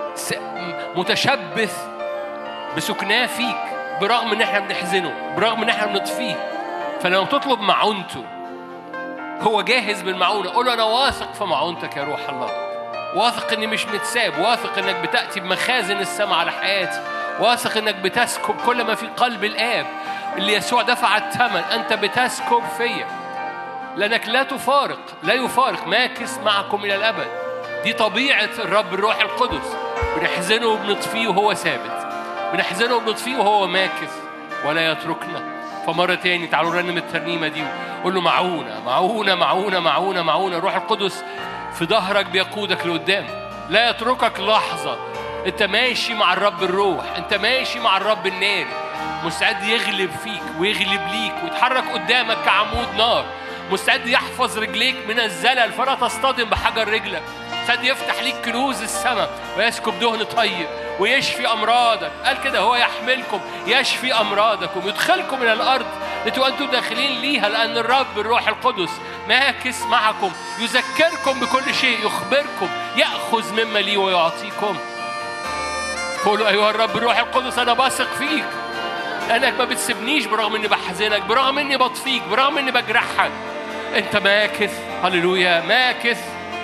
متشبث بسكناه فيك، برغم إن إحنا بنحزنه، برغم إن إحنا بنطفيه. فلو تطلب معونته هو جاهز بالمعونة. قول له أنا واثق في معونتك يا روح الله، واثق إني مش متساب، واثق إنك بتأتي بمخازن السماء على حياتي، واثق إنك بتسكب كل ما في قلب الآب اللي يسوع دفع الثمن. أنت بتسكب فيا لأنك لا تفارق، لا يفارق، ماكث معكم إلى الأبد. دي طبيعة الرب الروح القدس. بنحزنه وبنطفيه وهو ثابت، بنحزنه وبنطفيه وهو ماكث ولا يتركنا. فمرة تاني تعالوا نرنم الترنيمة دي وقول له معونة معونة معونة معونة معونة. الروح القدس في ظهرك بيقودك لقدام، لا يتركك لحظة. أنت ماشي مع الرب الروح، أنت ماشي مع الرب الناري، مستعد يغلب فيك ويغلب ليك ويتحرك قدامك كعمود نار، مستعد يحفظ رجليك من الزلل فلا تصطدم بحجر رجلك، مستعد يفتح ليك كنوز السماء ويسكب دهن طيب ويشفي أمراضك. قال كده هو يحملكم يشفي أمراضكم يدخلكم إلى الأرض لتبقوا أنتم داخلين ليها، لأن الرب الروح القدس ماكث معكم يذكركم بكل شيء، يخبركم، يأخذ مما لي ويعطيكم. قولوا أيها الرب الروح القدس أنا بثق فيك لأنك ما بتسيبنيش برغم إني بحزنك، برغم إني بطفيك، برغم إني بجرحك. أنت ماكث. هللويا ماكث.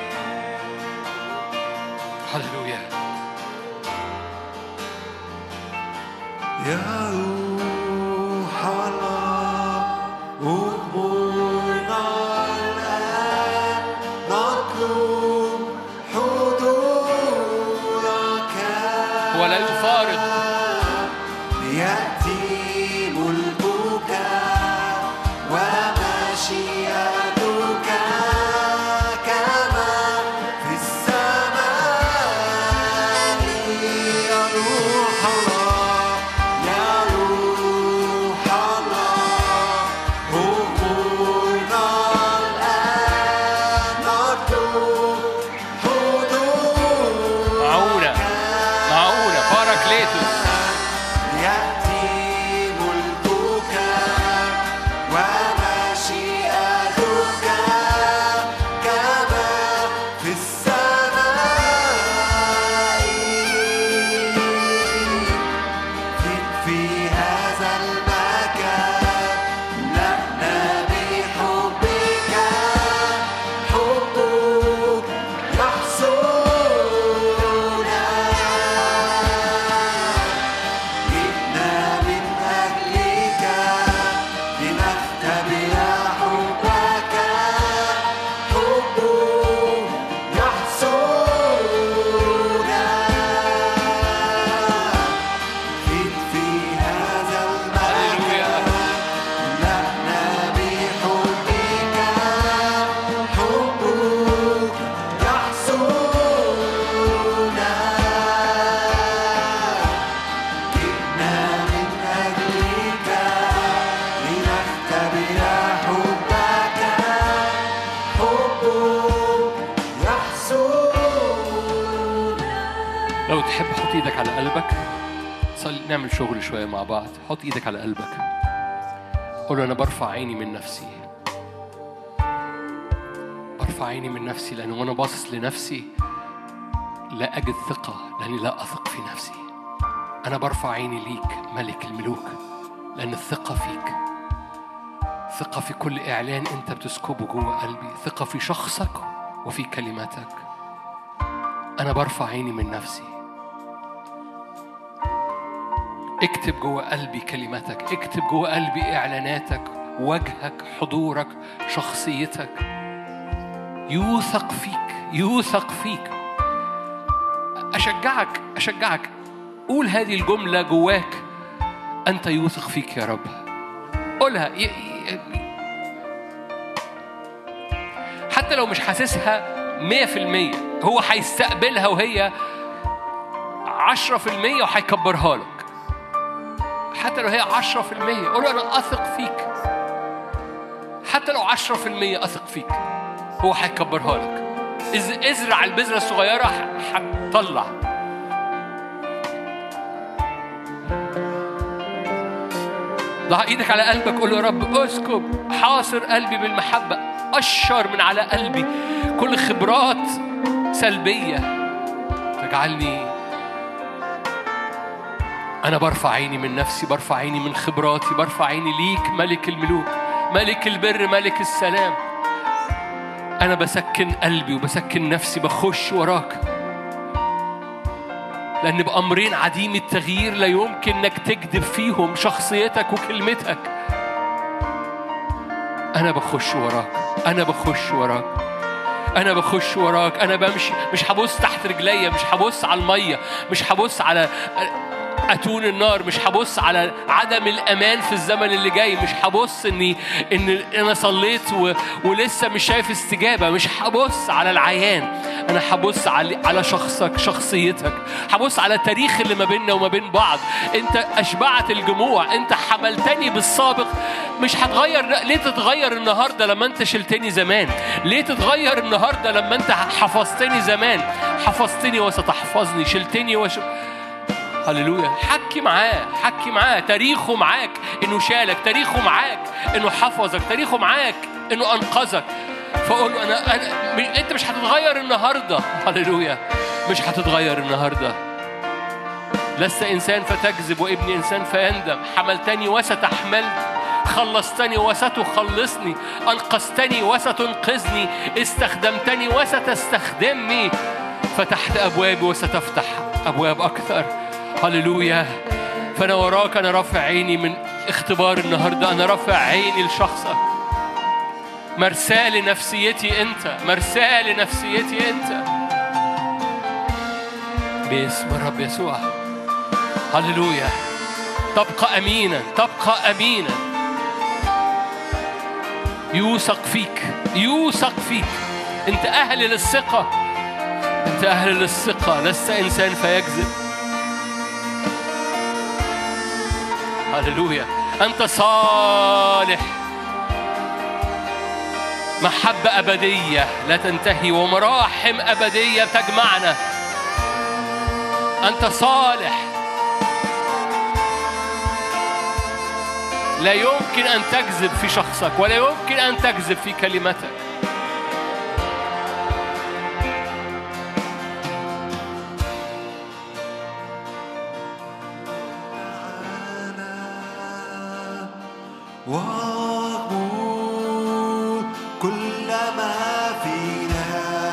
هللويا. يا روح الله أمورنا الآن نطلب حضورك ولا يفارق. يأتي ملكك ومشيئتك كما في السماء. يا روح الله يا روح الله أمورنا الآن نطلب حضورك. معونة معونة باراكليتوس. يأتي ملكك ومشيئتك كما في السماء. في هذا المكان لأنا بحبك، حبك يحصرنا. جئنا من أجلك لنختبر حبك، حبك يحصرنا. في هذا المكان لأنا بحبك، حبك يحصرنا. جئنا من أجلك لنختبر حبك، حبك يحصرنا. لو تحب حط ايدك على قلبك، صلي نعمل شغل شوية مع بعض. حط ايدك على قلبك، قول له أنا برفع عيني من نفسي، برفع عيني من نفسي، لأن وأنا باصص لنفسي لا أجد ثقة، لأني لا أثق في نفسي. أنا برفع عيني ليك ملك الملوك، لأن الثقة فيك، ثقة في كل إعلان أنت بتسكبه جوه قلبي، ثقة في شخصك وفي كلماتك. أنا برفع عيني من نفسي. اكتب جوه قلبي كلماتك، اكتب جوه قلبي إعلاناتك، وجهك، حضورك، شخصيتك. يوثق فيك، يوثق فيك. أشجعك قول هذه الجملة جواك: أنت يوثق فيك يا رب. قولها حتى لو مش حاسسها 100%، هو هيستقبلها وهي 10% وهيكبرها لك. حتى لو هي 10%، قول أنا أثق فيك. حتى لو 10% أثق فيك، هو هيكبرها لك. ازرع البذرة الصغيرة هتطلع. ضع ايدك على قلبك، قول يا رب اسكب، حاصر قلبي بالمحبة، أشر من على قلبي كل خبرات سلبية تجعلني. أنا برفع عيني من نفسي، برفع عيني من خبراتي، برفع عيني ليك ملك الملوك، ملك البر، ملك السلام. أنا بسكن قلبي وبسكن نفسي، بخش وراك، لأن بأمرين عديم التغيير لا يمكن أنك تكذب فيهم: شخصيتك وكلمتك. أنا بخش وراك، أنا بخش وراك، أنا بخش وراك. أنا بمشي، مش هبص تحت رجليا، مش هبص على المية، مش هبص على أتون النار، مش هبص على عدم الأمان في الزمن اللي جاي، مش هبص إن أنا صليت ولسه مش شايف استجابة، مش هبص على العيان. أنا هبص على شخصك، شخصيتك، هبص على التاريخ اللي ما بيننا وما بين بعض. أنت أشبعت الجموع، أنت حملتني بالسابق، مش هتغير. ليه تتغير النهاردة لما أنت شلتني زمان؟ ليه تتغير النهاردة لما أنت حفظتني زمان؟ حفظتني وستحفظني، شلتني هللويا. حكي معاه، حكي معاه. تاريخه معاك إنه شالك، تاريخه معاك إنه حفظك، تاريخه معاك إنه أنقذك. فقول له أنت مش هتتغير النهاردة. هللويا، مش هتتغير النهاردة. لست إنسان فتكذب وابن إنسان فيندم. حملتني وستحملني، خلصتني وستخلصني، أنقذتني وستنقذني، استخدمتني وستستخدمني، فتحت أبوابي وستفتح أبواب أكثر. هللويا. فأنا وراك، أنا رافع عيني من اختبار النهاردة، أنا رافع عيني لشخصك. مرساة لنفسيتي أنت، مرساة لنفسيتي أنت، باسم الرب يسوع. هللويا. تبقى أمينا، تبقى أمينا. يوثق فيك، يوثق فيك. أنت أهل للثقة، أنت أهل للثقة، لست إنسان فيكذب. هللويا. أنت صالح، محبة أبدية لا تنتهي ومراحم أبدية تجمعنا. أنت صالح، لا يمكن أن تكذب في شخصك ولا يمكن أن تكذب في كلمتك. وقبول كل ما فينا،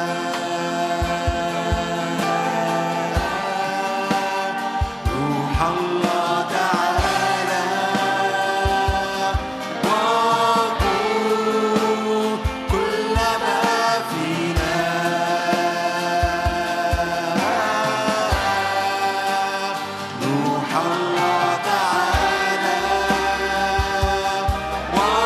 روح الله تعالى. وقبول كل ما فينا، روح الله تعالى. وقبول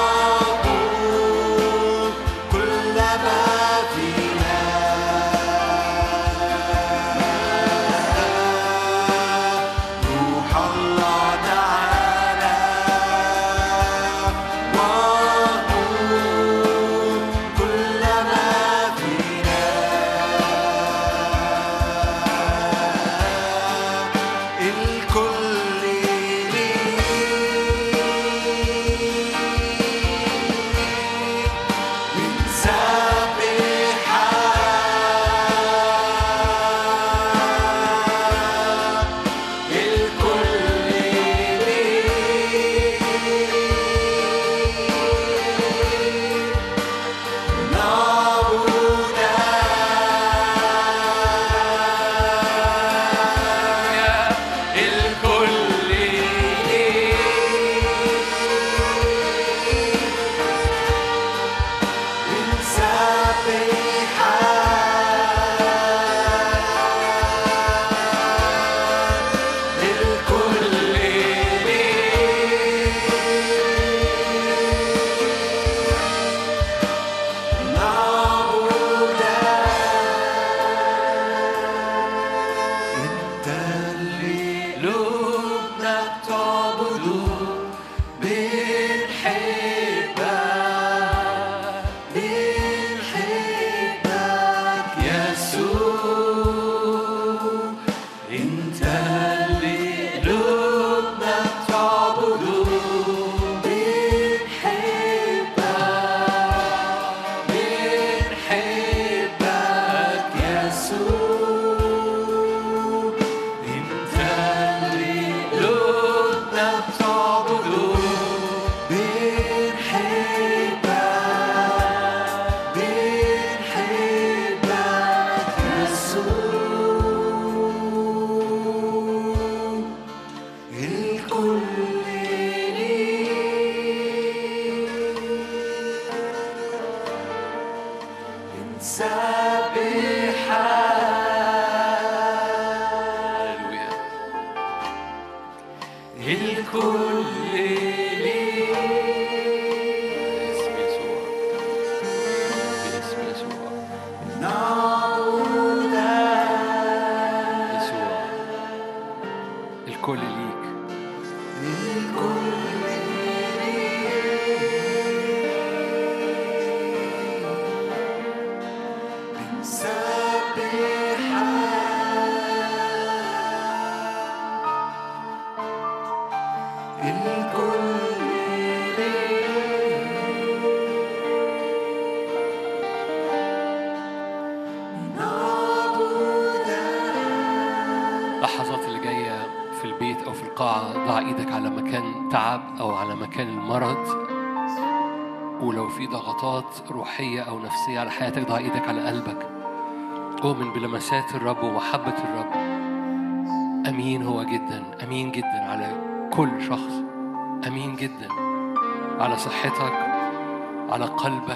القاعة ضع إيدك على مكان تعب أو على مكان المرض، ولو في ضغطات روحية أو نفسية على حياتك ضع إيدك على قلبك. أؤمن بلمسات الرب ومحبة الرب. أمين هو جدا، أمين جدا على كل شخص، أمين جدا على صحتك، على قلبك.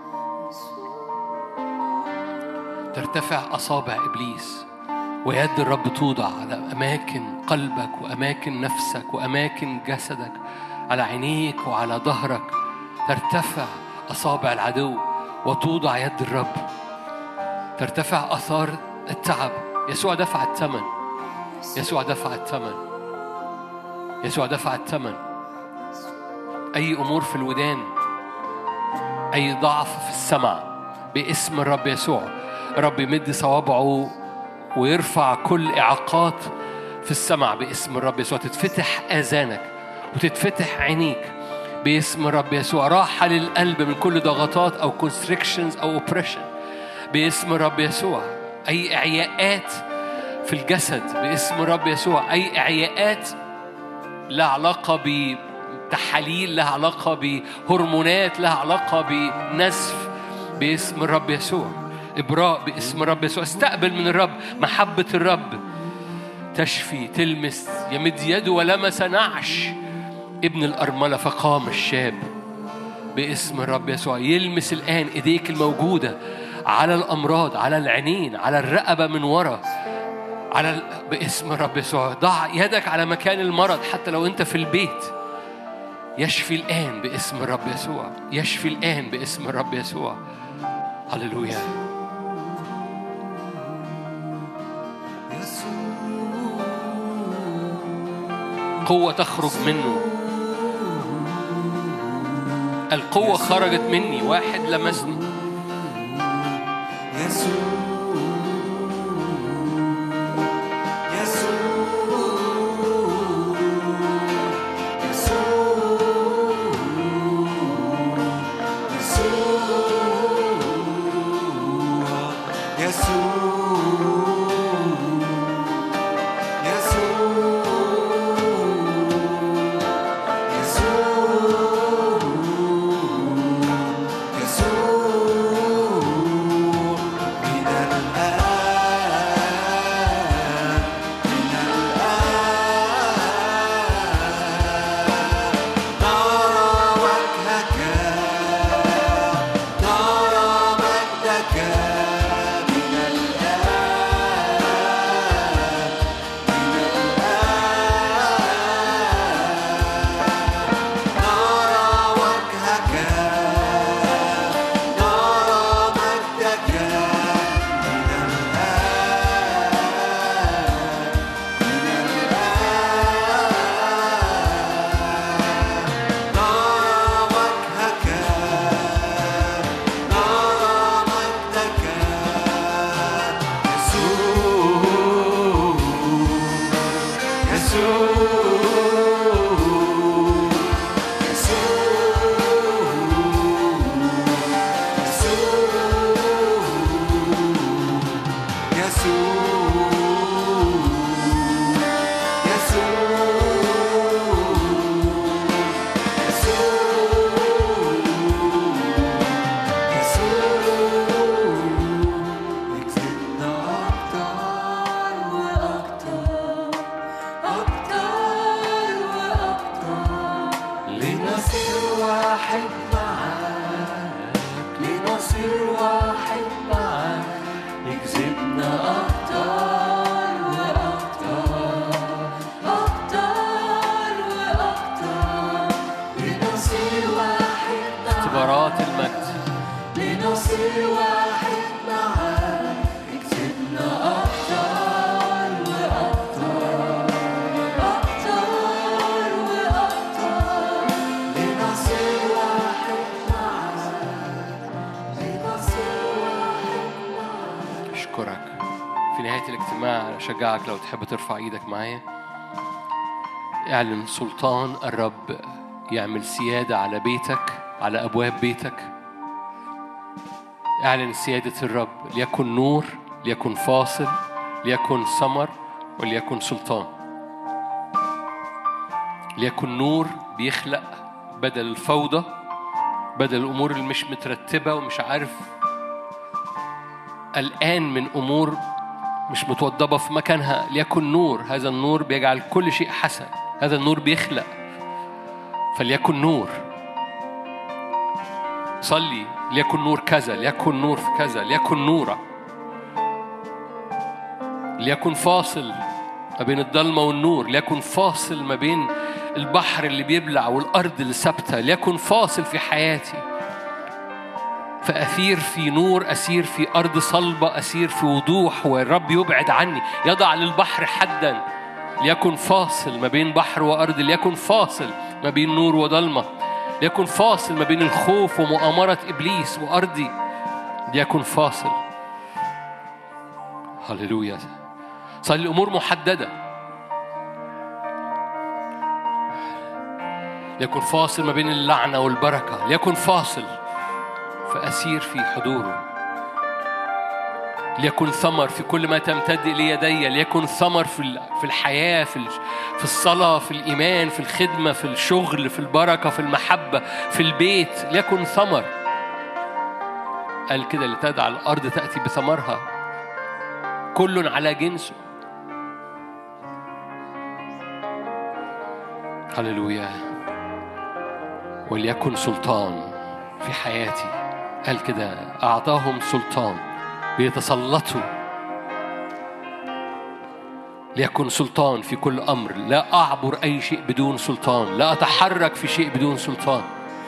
ترتفع أصابع إبليس ويد الرب توضع على أماكن قلبك وأماكن نفسك وأماكن جسدك، على عينيك وعلى ظهرك. ترتفع أصابع العدو وتوضع يد الرب. ترتفع آثار التعب. يسوع دفع الثمن، يسوع دفع الثمن، يسوع دفع الثمن. أي أمور في الودان، أي ضعف في السمع، باسم الرب يسوع الرب يمد صوابعه ويرفع كل إعاقات في السمع باسم الرب يسوع. تتفتح آذانك وتتفتح عينيك باسم الرب يسوع. راحة للقلب من كل ضغطات أو constrictions أو oppression باسم الرب يسوع. أي إعياءات في الجسد باسم الرب يسوع، أي إعياءات لها علاقة بتحاليل، لها علاقة بهرمونات، لها علاقة بنزف باسم الرب يسوع. إبراء باسم الرب يسوع. استقبل من الرب محبة الرب تشفي، تلمس. يمد يده ولمس نعش ابن الأرملة فقام الشاب باسم الرب يسوع. يلمس الآن إيديك الموجودة على الأمراض، على العينين، على الرقبة من وراء، باسم الرب يسوع. ضع يدك على مكان المرض حتى لو أنت في البيت. يشفي الآن باسم الرب يسوع، يشفي الآن باسم الرب يسوع. هللويا. قوة تخرج منه. القوة خرجت مني. واحد لمسني. أشجعك لو تحب ترفع إيدك معايا. اعلن سلطان الرب يعمل سيادة على بيتك، على أبواب بيتك. اعلن سيادة الرب. ليكن نور، ليكن فاصل، ليكن ثمر، وليكن سلطان. ليكن نور بيخلق بدل الفوضى، بدل الأمور اللي مش مترتبة ومش عارف، قلقان من أمور مش متوضبة في مكانها. ليكن نور، هذا النور بيجعل كل شيء حسن، هذا النور بيخلق. فليكن نور. صلي ليكن نور كذا، ليكن نور في كذا، ليكن نورا. ليكن فاصل ما بين الضلمة والنور، ليكن فاصل ما بين البحر اللي بيبلع والأرض اللي ثابتة، ليكن فاصل في حياتي. فأثير في نور، أسير في أرض صلبة، أسير في وضوح، والرب يبعد عني، يضع للبحر حدا. ليكن فاصل ما بين بحر وأرض، ليكن فاصل ما بين نور وضلمة، ليكن فاصل ما بين الخوف ومؤامرة إبليس وأرضي، ليكن فاصل. هللويا. صار الأمور محددة. ليكن فاصل ما بين اللعنة والبركة، ليكن فاصل فأسير في حضوره. ليكن ثمر في كل ما تمتد إلي يدي، ليكن ثمر في الحياة، في الصلاة، في الإيمان، في الخدمة، في الشغل، في البركة، في المحبة، في البيت، ليكن ثمر. قال كده لتدع الأرض تأتي بثمرها كل على جنسه. هللويا. وليكن سلطان في حياتي. قال كده أعطاهم سلطان بيتسلطوا. ليكن سلطان في كل أمر، لا أعبر أي شيء بدون سلطان، لا أتحرك في شيء بدون سلطان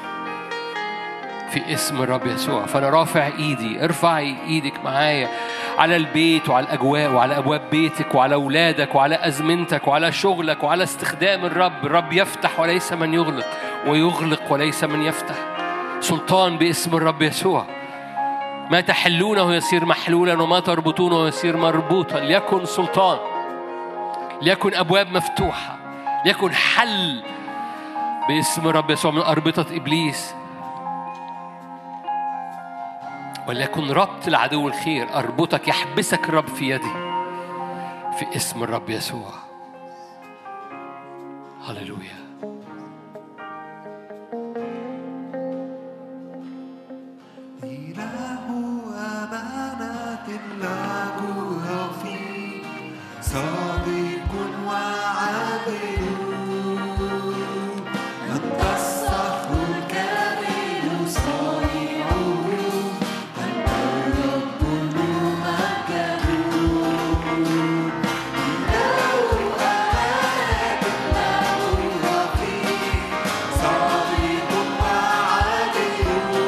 في اسم الرب يسوع. فأنا رافع إيدي، ارفعي إيدك معايا على البيت وعلى الأجواء وعلى أبواب بيتك وعلى أولادك وعلى أزمنتك وعلى شغلك وعلى استخدام الرب. الرب يفتح وليس من يغلق، ويغلق وليس من يفتح. سلطان باسم الرب يسوع. ما تحلونه يصير محلولا، وما تربطونه يصير مربوطا. ليكن سلطان، ليكن أبواب مفتوحة، ليكن حل باسم الرب يسوع من أربطة إبليس، وليكن ربط العدو الخير. أربطك، يحبسك الرب في يدي في اسم الرب يسوع. هللويا. إله أمانة له رفيق، صادق وعادل، التصح الكامل صانعه، أنت الرب الممجد. إله أمانة له رفيق، صادق وعادل،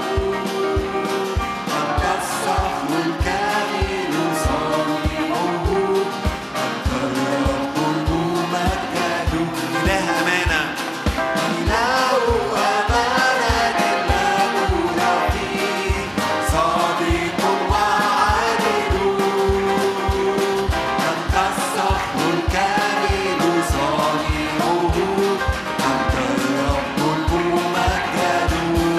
أنت الصخر الكامل صانعه، أنت الرب الممجد. إله أمانة، إله أمانة له رفيق، صادق وعادل، أنت الصخر الكامل صانعه، أنت الرب الممجد.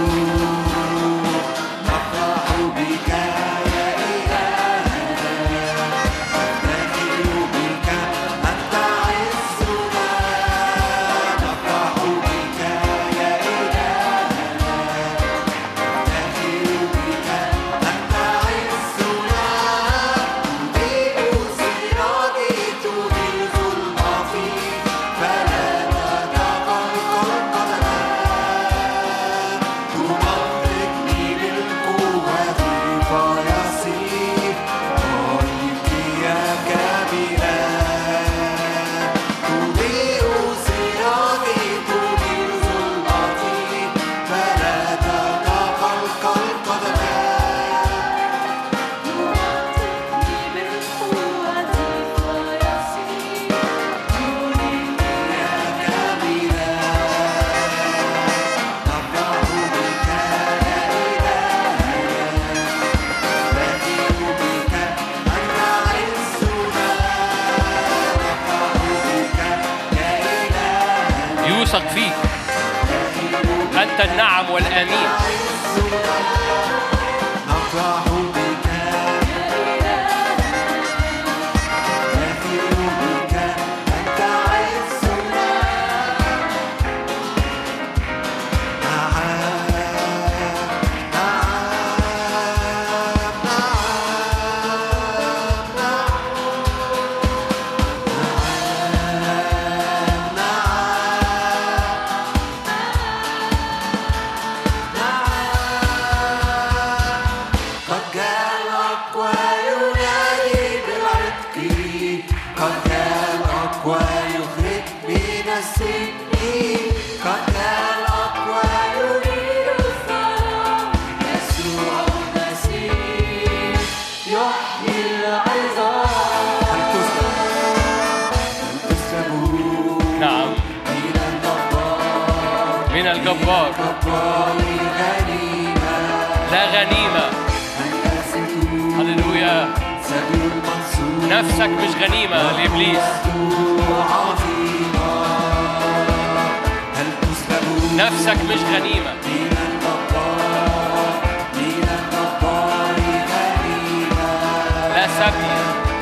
نفرح بك يا إلهنا، نفتخر بك أنت عزنا. نفرح بك يا إلهنا، نفتخر بك أنت عزنا. تضيء سراجي تضيء ظلمتي، فلا تتقلقل قدمان. تمنطقني بالقوة فيصير طريقي كاملا. تضيء سراجي تضيء ظلمتي، فلا تتقلقل قدمان. تمنطقني بالقوة فيصير طريقي كاملا. نفرح بك يا إلهنا، نفتخر بك أنت عزنا. نفرح بك يا إلهنا، يوثق فيك أنت النعم والآمين. نفرح بك يا إلهنا، نفتخر بك أنت عزنا. جبار لا غنيمة. هللويا. نفسك مش غنيمة لإبليس. نفسك مش غنيمة. لا سبي.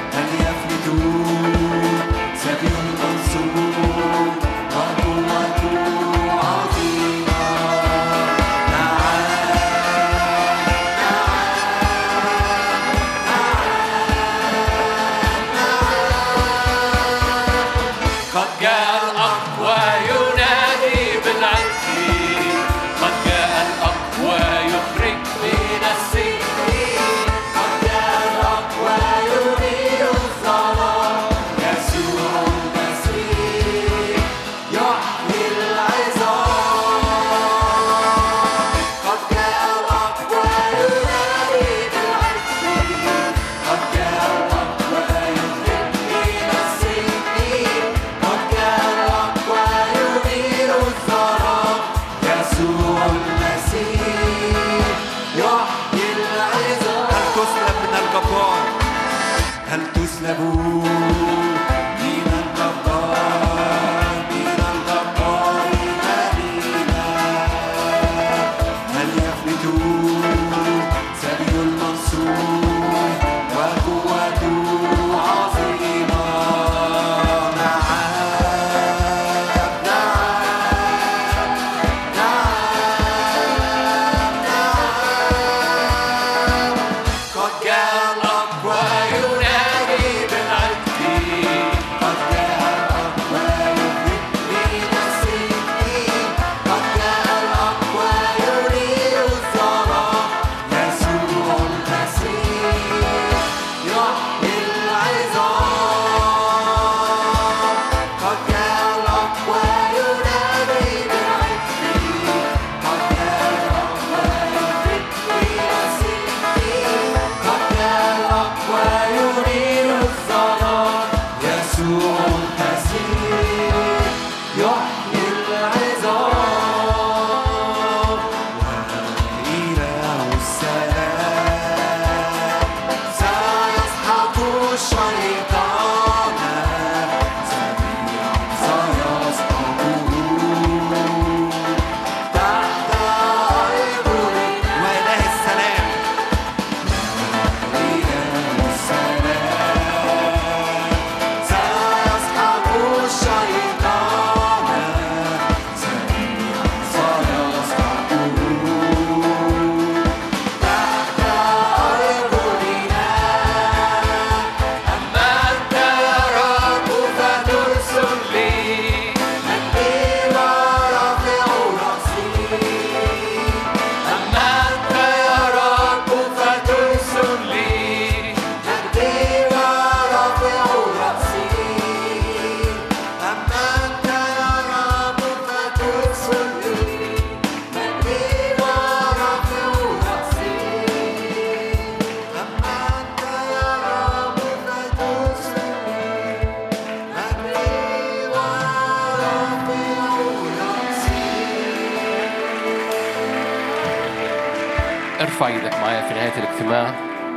ارفع ايدك معايا في نهاية الاجتماع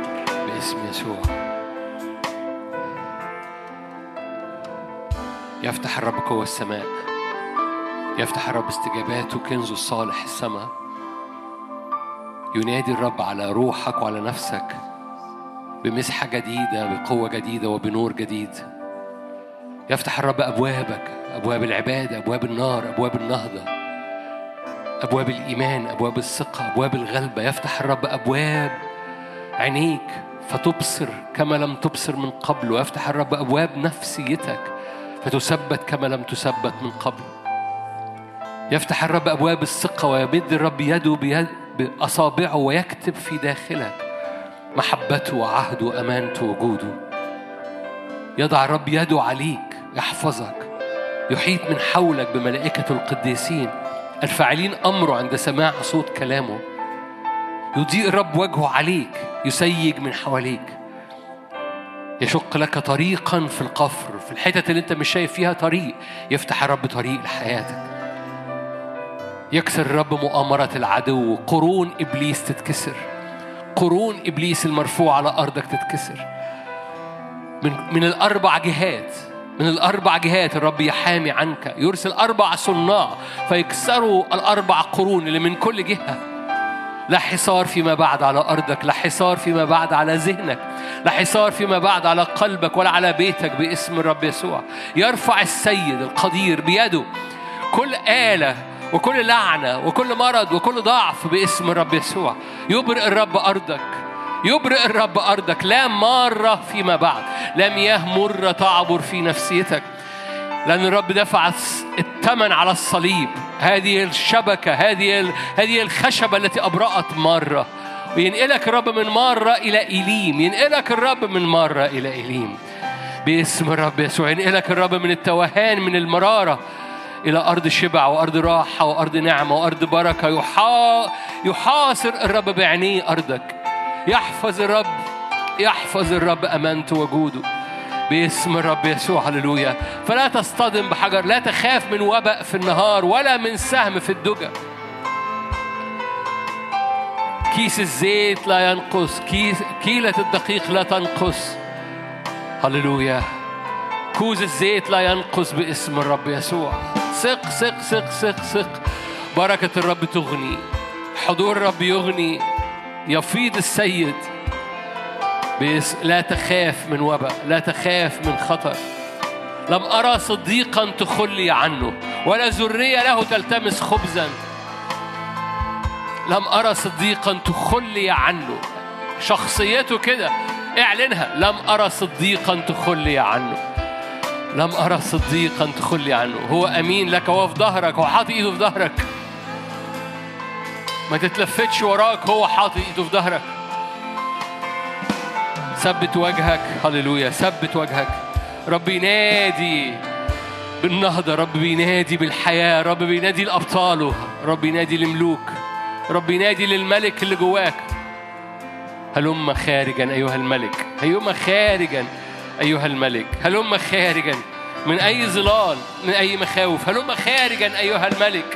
باسم يسوع. يفتح الرب قوة السماء، يفتح الرب استجاباته كنزه الصالح السماء. ينادي الرب على روحك وعلى نفسك بمسحة جديدة، بقوة جديدة وبنور جديد. يفتح الرب أبوابك، أبواب العبادة، أبواب النار، أبواب النهضة، أبواب الإيمان، أبواب الثقة، أبواب الغلبة. يفتح الرب أبواب عينيك فتبصر كما لم تبصر من قبل، ويفتح الرب أبواب نفسيتك فتثبت كما لم تثبت من قبل. يفتح الرب أبواب الثقة ويمد الرب يده بأصابعه ويكتب في داخلك محبته وعهده وأمانته وجوده. يضع الرب يده عليك، يحفظك، يحيط من حولك بملائكة القديسين الفاعلين أمره عند سماع صوت كلامه. يضيء الرب وجهه عليك، يسيج من حواليك، يشق لك طريقا في القفر، في الحتة اللي انت مش شايف فيها طريق. يفتح الرب طريق لحياتك. يكسر الرب مؤامرة العدو، قرون إبليس تتكسر، قرون إبليس المرفوع على أرضك تتكسر من الأربع جهات. من الأربع جهات الرب يحامي عنك، يرسل 4 صناع فيكسروا ال4 قرون اللي من كل جهة. لا حصار فيما بعد على أرضك، لا حصار فيما بعد على ذهنك، لا حصار فيما بعد على قلبك ولا على بيتك باسم الرب يسوع. يرفع السيد القدير بيده كل آلة وكل لعنة وكل مرض وكل ضعف باسم الرب يسوع. يبرئ الرب أرضك، يبرئ الرب أرضك. لا مرة فيما بعد، لا مياه مرة تعبر في نفسيتك، لأن الرب دفع الثمن على الصليب. هذه الشبكة، هذه الخشبة التي أبرأت مرة، وينقلك الرب من مرة إلى إليم. ينقلك الرب من مرة إلى إليم باسم الرب يسوع. ينقلك الرب من التوهان، من المرارة، إلى أرض شبع وأرض راحة وأرض نعمة وأرض بركة. يحاصر الرب بعينيه أرضك. يحفظ الرب أمانته وجوده باسم الرب يسوع. هللويا. فلا تصطدم بحجر، لا تخاف من وباء في النهار ولا من سهم في الدجى. كيس الزيت لا ينقص، كيلة الدقيق لا تنقص. هللويا. كوز الزيت لا ينقص باسم الرب يسوع. ثق ثق ثق ثق ثق. بركة الرب تغني، حضور الرب يغني، يفيض السيد. لا تخاف من وباء، لا تخاف من خطر. لم أرى صديقا تخلي عنه ولا ذرية له تلتمس خبزا. لم أرى صديقا تخلي عنه. شخصيته كده اعلنها. لم أرى صديقا تخلي عنه. لم أرى صديقا تخلي عنه. هو أمين لك، هو في ظهرك، هو حاطط إيده في ظهرك. ما تتلفتش وراك، هو حاطط إيده في ظهرك. ثبت وجهك. هللويا. ثبت وجهك. رب ينادي بالنهضة، رب بينادي بالحياة، رب بينادي لأبطاله، رب ينادي لملوك، رب ينادي للملك اللي جواك. هلم خارجا أيها الملك، هلم خارجا أيها الملك، هلم خارجا من أي ظلال، من أي مخاوف. هلم خارجا أيها الملك.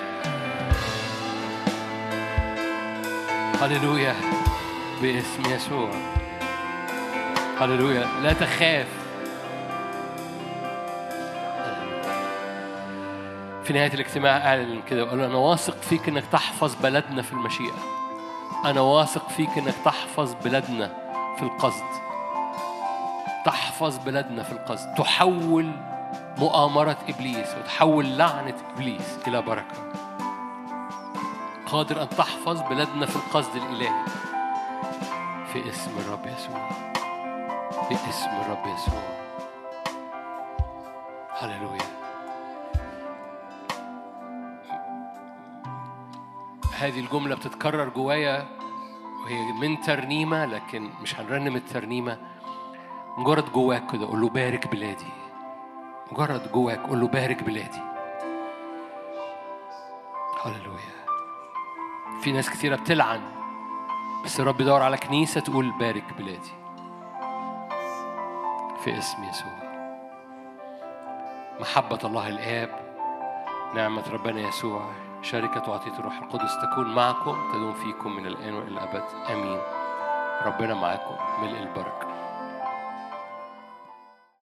هللويا باسم يسوع. هللويا. لا تخاف. في نهاية الاجتماع أعلن كده وقال أنا واثق فيك إنك تحفظ بلدنا في المشيئة. أنا واثق فيك إنك تحفظ بلدنا في القصد. تحفظ بلدنا في القصد. تحول مؤامرة إبليس وتحول لعنة إبليس إلى بركة. قادر أن تحفظ بلدنا في القصد الإلهي في اسم الرب يسوع. باسم الرب يسوع. هللويا. هذه الجملة بتتكرر جوايا وهي من ترنيمة، لكن مش هنرنم الترنيمة. مجرد جواك كده قول له بارك بلادي. مجرد جواك قول له بارك بلادي. هللويا. في ناس كتيرة بتلعن، بس الرب يدور على كنيسة تقول بارك بلادي في اسم يسوع. محبة الله الآب، نعمة ربنا يسوع، شركة وعطية الروح القدس تكون معكم، تدوم فيكم من الآن وإلى الأبد. آمين. ربنا معكم ملء البركة.